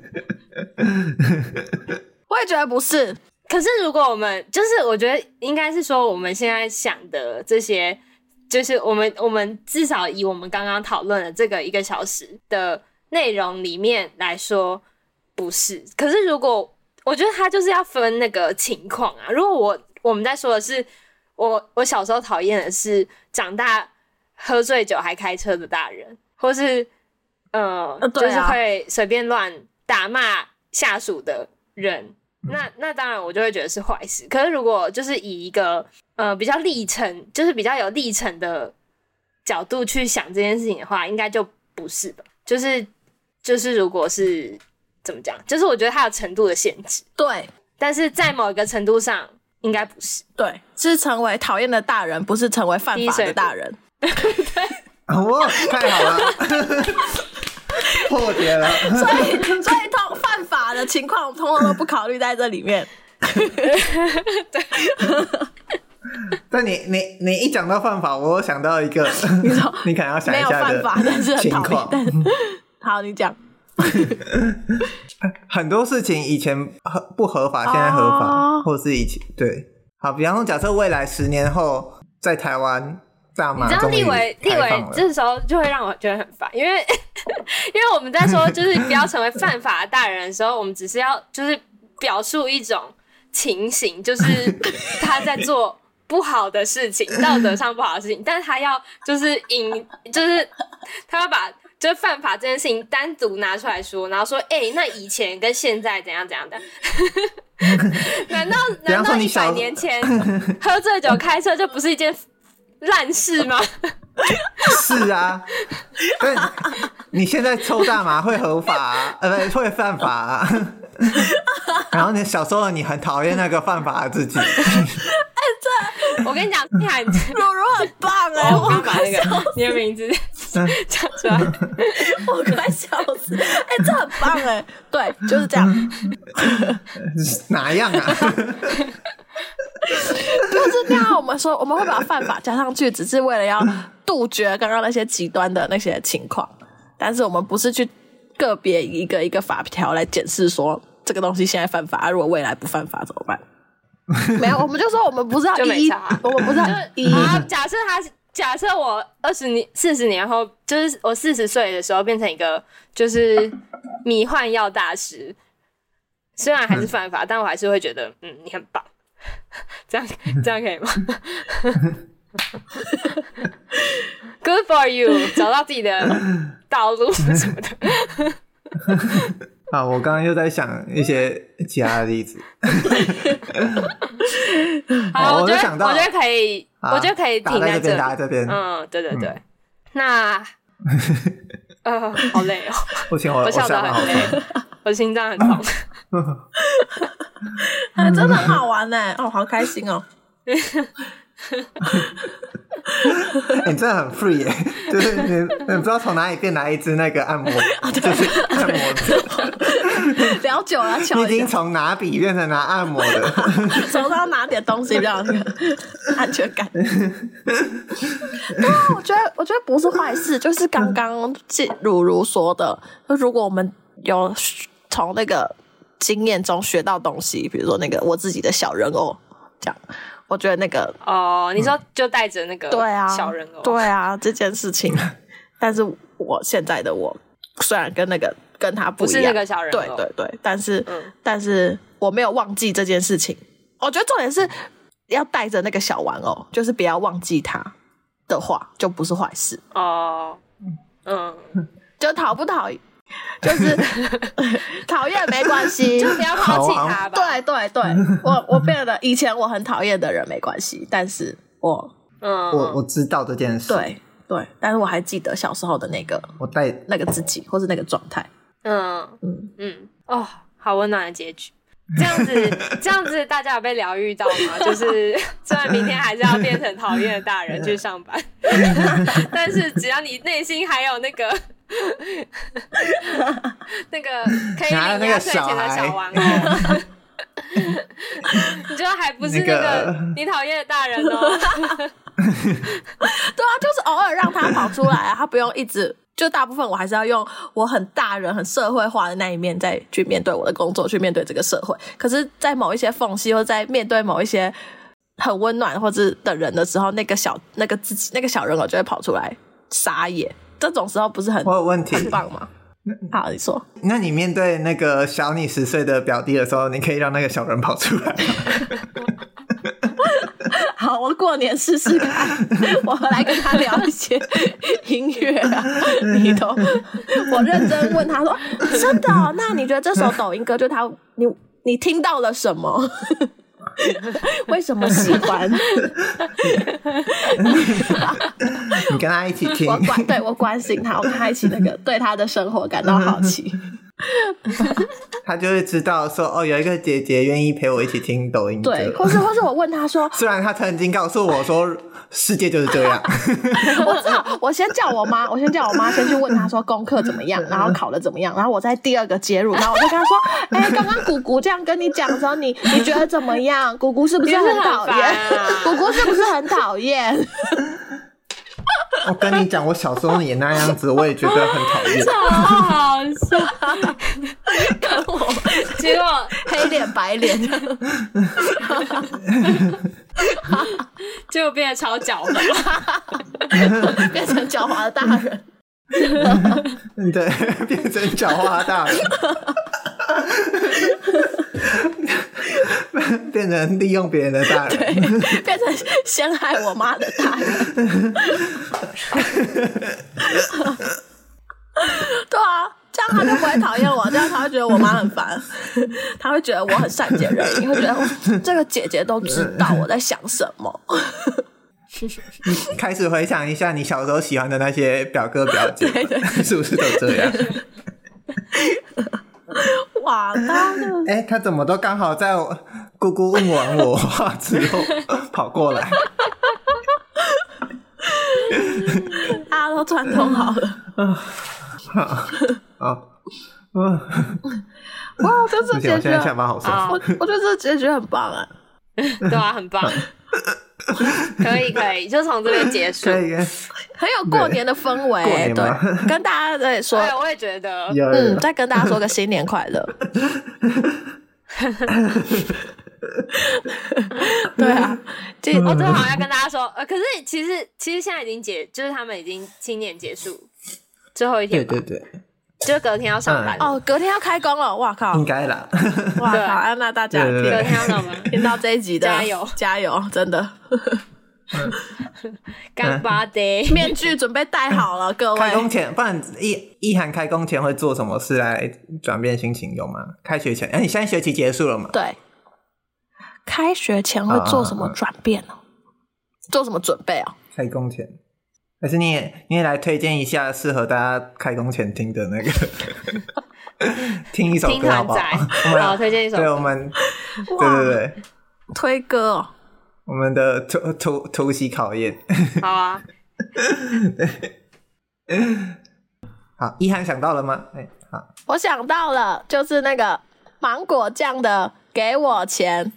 我也觉得不是。 可是如果我们就是我觉得应该是说我们现在想的这些，就是我们我们至少以我们刚刚讨论的这个一个小时的内容里面来说不是。可是如果我觉得它就是要分那个情况啊。如果我我们在说的是我我小时候讨厌的是长大喝醉酒还开车的大人，或是呃，啊、就是会随便乱打骂下属的人，那那当然我就会觉得是坏事。可是如果就是以一个呃比较历程，就是比较有历程的角度去想这件事情的话，应该就不是吧？就是就是如果是怎么讲，就是我觉得它有程度的限制， 对， 但是在某一个程度上应该不是， 对，是成为讨厌的大人，不是成为犯法的大人。 对， 哇，太好了，破解了。 所以，所以通犯法的情况，通通都不考虑在这里面。 对。 但你你你一讲到犯法，我有想到一个，你说你可能要想一下的情况。 没有犯法，但是很讨厌。但好，你讲。 很多事情以前不合法，现在合法，哦、或是以前对。好，比方说，假设未来十年后在台湾。 你知道立委立委这时候就会让我觉得很烦，因为因为我们在说就是不要成为犯法的大人的时候，我们只是要就是表述一种情形，就是他在做不好的事情，道德上不好的事情，但是他要就是引就是他要把就是犯法这件事情单独拿出来说，然后说哎、欸，那以前跟现在怎样怎样的。难道难道一百年前喝醉酒开车就不是一件烂事吗？ 是啊，但你现在抽大麻会合法、啊，呃，不会犯法、啊。然后你小时候你很讨厌那个犯法的自己。哎、 欸，这我跟你讲，你还如如很棒哎、欸！ 我刚把那个你的名字讲出来， 我快笑死！哎、欸，这很棒哎、欸！对，就是这样。 哪样啊？ 就是这样，我们说我们会把犯法加上去，只是为了要杜绝刚刚那些极端的那些情况，但是我们不是去个别一个一个法条来检视说这个东西现在犯法，如果未来不犯法怎么办？没有，我们就说我们不是要一，我们不是要一。 啊，假设他假设我二十年、四十年后，就是我四十岁的时候变成一个就是迷幻药大师，虽然还是犯法，嗯、但我还是会觉得，嗯，你很棒。这样这样可以吗？Good for you， 找到自己的道路什么的。 啊，我刚刚又在想一些其他的例子。 好，我觉得想到我觉得可以，我觉得可以停在这里， 打在这边。 嗯，对对对。嗯、那呃，好累哦， 我我我笑得很累，我心脏很痛。 哎，真的很好玩呢！哦，好开心哦！ 你真的很 free 耶，就是你你不知道从哪里变来一支那个按摩，就是按摩的。 聊久了， 你已经从拿笔变成拿按摩的， 手上拿点东西比较那个安全感。对啊，我觉得我觉得不是坏事，就是刚刚如如说的，就如果我们有从那个经验中学到东西，比如说那个我自己的小人偶，这样。我觉得那个哦，你说就带着那个对啊小人偶， 对啊这件事情，但是我现在的我虽然跟那个跟他不一样， 不是那个小人偶， 对对对，但是、嗯、但是我没有忘记这件事情。我觉得重点是要带着那个小玩偶，就是不要忘记他的话，就不是坏事哦。嗯， 就讨不讨厌？就是讨厌没关系， 就不要抛弃他吧。 对对对，我我变得以前我很讨厌的人没关系，但是我嗯， 我我知道这件事， 对对，但是我还记得小时候的那个我带那个自己，或是那个状态。 嗯嗯嗯，哦，好温暖的结局。这样子，这样子，大家有被疗愈到吗？就是虽然明天还是要变成讨厌的大人去上班，但是只要你内心还有那个那个可以领压岁钱的小玩偶，你就还不是那个你讨厌的大人哦。 对啊，就是偶尔让他跑出来啊，他不用一直，就大部分我还是要用我很大人很社会化的那一面再去面对我的工作，去面对这个社会。可是在某一些缝隙，或在面对某一些很温暖或者的人的时候，那个小那个自己那个小人偶就会跑出来撒野，这种时候不是很我有问题很棒吗？好，你说。 那你面对那个小你十岁的表弟的时候，你可以让那个小人跑出来吗？ 好，我过年试试看，我来跟他聊一些音乐啊，你都，我认真问他说，真的哦？那你觉得这首抖音歌，就他，你你听到了什么？为什么喜欢？ 你跟他一起听， 我关对我关心他，我跟他一起那个对他的生活感到好奇。 他就会知道说哦，有一个姐姐愿意陪我一起听抖音歌。 对，或是或是我问他说， 虽然他曾经告诉我说世界就是这样， 我知道，我先叫我妈，我先叫我妈先去问他说功课怎么样，然后考得怎么样，然后我再第二个接入，然后我就跟他说，哎、欸，刚刚姑姑这样跟你讲的时候，你你觉得怎么样？姑姑是不是很讨厌？姑姑是不是很讨厌？ 我跟你讲，我小时候也那样子，我也觉得很讨厌， 超好笑。 跟我结果黑脸白脸， 结果变得超狡猾， 变成狡猾的大人。 对，变成狡猾的大人。变成利用别人的大人， 变成陷害我妈的大人。对啊，这样他就不会讨厌我，这样他会觉得我妈很烦，他会觉得我很善解人意，会觉得这个姐姐都知道我在想什么。 开始回想一下你小时候喜欢的那些表哥表姐， 对对对， 是不是都这样？ 哇，他哎、欸，他怎么都刚好在我姑姑问完我话之后跑过来， 大家都串通好了。 好，好，嗯， 哇，这次结局， 我现在下班好爽， 我我觉得这结局很棒啊， 对啊，很棒。可以可以，就从这边结束， 可以， 很有过年的氛围。对，跟大家在说， 对，我也觉得， 嗯，再跟大家说个新年快乐。对啊，这哦，对，好像要跟大家说，呃，可是其实其实现在已经结，就是他们已经新年结束最后一天吧， 对对对， 就是隔天要上班、 嗯、哦，隔天要开工了，哇靠， 应该啦， 哇靠，啊、那大家对对对隔天要上班， 听到这一集的加油加油，真的。 干巴的面具准备戴好了，各位。 开工前，不然一一涵开工前会做什么事来转变心情有吗？开学前，哎、欸，你现在学期结束了吗？ 对，开学前会做什么转变呢、啊？做什么准备啊？ 开工前，还是你也你也来推荐一下适合大家开工前听的那个，听一首歌好不好？ 好，推荐一首歌。 对，我们，对对对， 推歌哦。 我们的突突突袭考验， 好啊， 好，一涵想到了吗？哎，好， 我想到了，就是那个芒果酱的《给我钱》，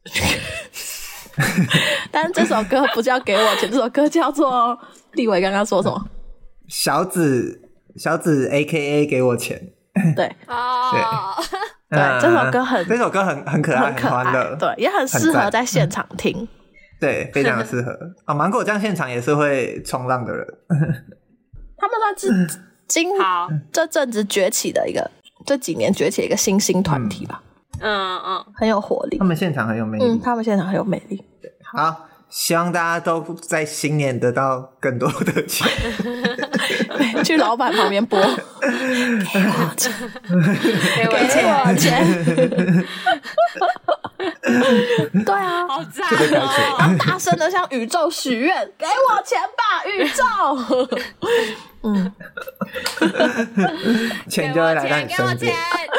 但是这首歌不叫《给我钱》，这首歌叫做立伟刚刚说什么？ 小紫小紫 A K A 给我钱， 对， 哦， 对，对，这首歌很这首歌很很可爱， 很可爱， 欢乐， 对，也很适合在现场听。 对，非常的适合啊！芒果酱现场也是会冲浪的人， 他们算是今好这阵子崛起的一个，这几年崛起的一个新兴团体吧。 嗯嗯， 很有活力。 他们现场很有魅力， 嗯，他们现场很有魅力。 好，希望大家都在新年得到更多的钱。 去老板旁边播，给我钱， 给我钱， 钱。 对啊， 好赞哦！ 然后大声的向宇宙许愿，给我钱吧，宇宙。嗯， 钱就会来到你身边。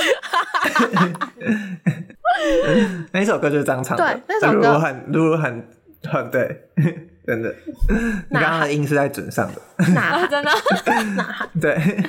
那首歌就是这样唱的， 对，那首歌露露很露露很很对，真的，你刚刚的音是在准上的， 哪真的？ 哪对，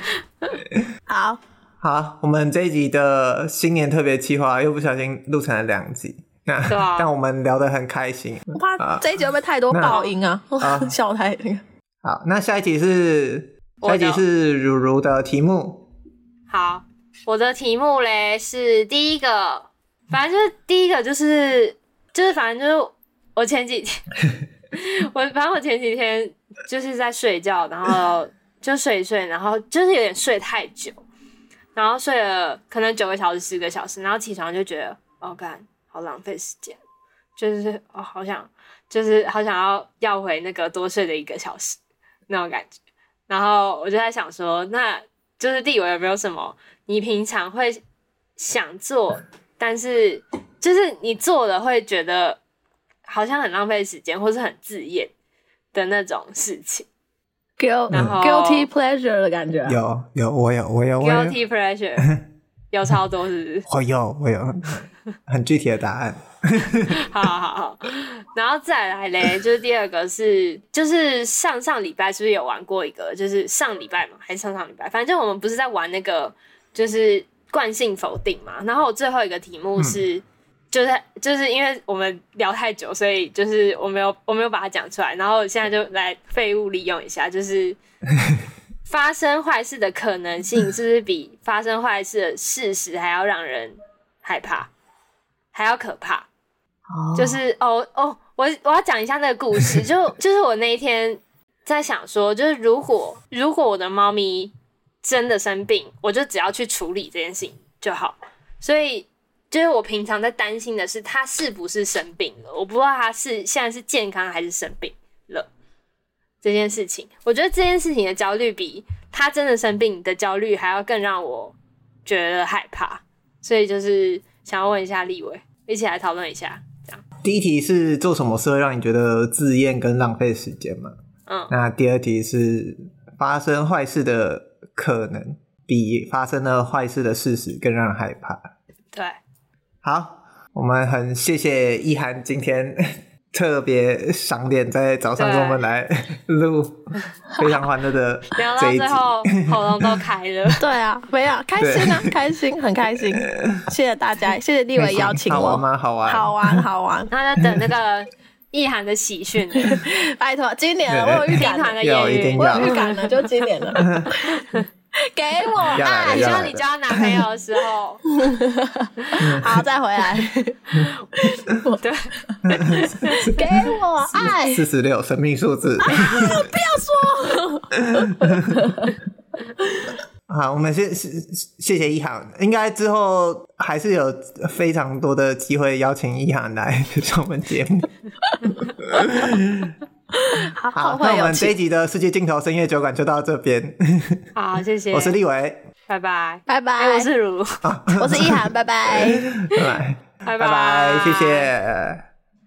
好。 好，我们这一集的新年特别企划又不小心录成了两集， 那、 啊、 但我们聊得很开心， 我怕这一集会不会太多爆音啊？笑太那个。 好，那下一集是下一集是如如的题目。 好，我的题目嘞是第一个，反正就是第一个就是就是反正就是我前几天我反正我前几天就是在睡觉，然后就睡一睡，然后就是有点睡太久，然后睡了可能九个小时十个小时，然后起床就觉得哦干好浪费时间，就是哦好想就是好想要要回那个多睡的一个小时那种感觉。然后我就在想说，那就是立伟有没有什么你平常会想做，但是就是你做了会觉得好像很浪费时间，或是很自厌的那种事情。 Guilty pleasure 的感觉。 有有我有我有我有 Guilty pleasure 有超多是不是？ 我有我有很具体的答案。 好好好，然后再来嘞，就是第二个是，就是上上礼拜是不是有玩过一个，就是上礼拜嘛，还是上上礼拜，反正我们不是在玩那个就是惯性否定嘛。然后我最后一个题目是，嗯、就是就是因为我们聊太久，所以就是我没有我没有把它讲出来，然后现在就来废物利用一下，就是发生坏事的可能性是不是比发生坏事的事实还要让人害怕，还要可怕？Oh. 就是哦哦，我我要讲一下那个故事，就就是我那一天在想说，就是如果如果我的猫咪真的生病，我就只要去处理这件事情就好。所以就是我平常在担心的是它是不是生病了，我不知道它是现在是健康还是生病了这件事情。我觉得这件事情的焦虑比它真的生病的焦虑还要更让我觉得害怕，所以就是想要问一下立伟，一起来讨论一下。 第一题是做什么事会让你觉得自厌跟浪费时间嘛？嗯，那第二题是发生坏事的可能比发生了坏事的事实更让人害怕。 对， 好，我们很谢谢一涵今天特别赏脸在早上跟我们来录非常欢乐的这一集， 聊到最后喉咙都开了。 对啊，没有开心啊，开心，很开心。谢谢大家，谢谢立伟邀请我。 好玩吗？好玩， 好玩，好玩。 那就等那个意涵的喜讯， 拜托，今年了，我有预感的有一定我有预感了，就今年了。给我爱， 希望你交男朋友的时候， 好再回来。 对， 给我爱。 四十六，神秘数字。 啊！不要说。 好，我们谢谢谢一涵，应该之后还是有非常多的机会邀请一涵来上我们节目。 好， 好，那我们这一集的世界尽头深夜酒馆就到这边。 好，谢谢。 我是立伟， 拜拜， 拜拜。 欸、我是如如， 我是一涵，拜拜， 拜拜， 拜拜拜，谢谢。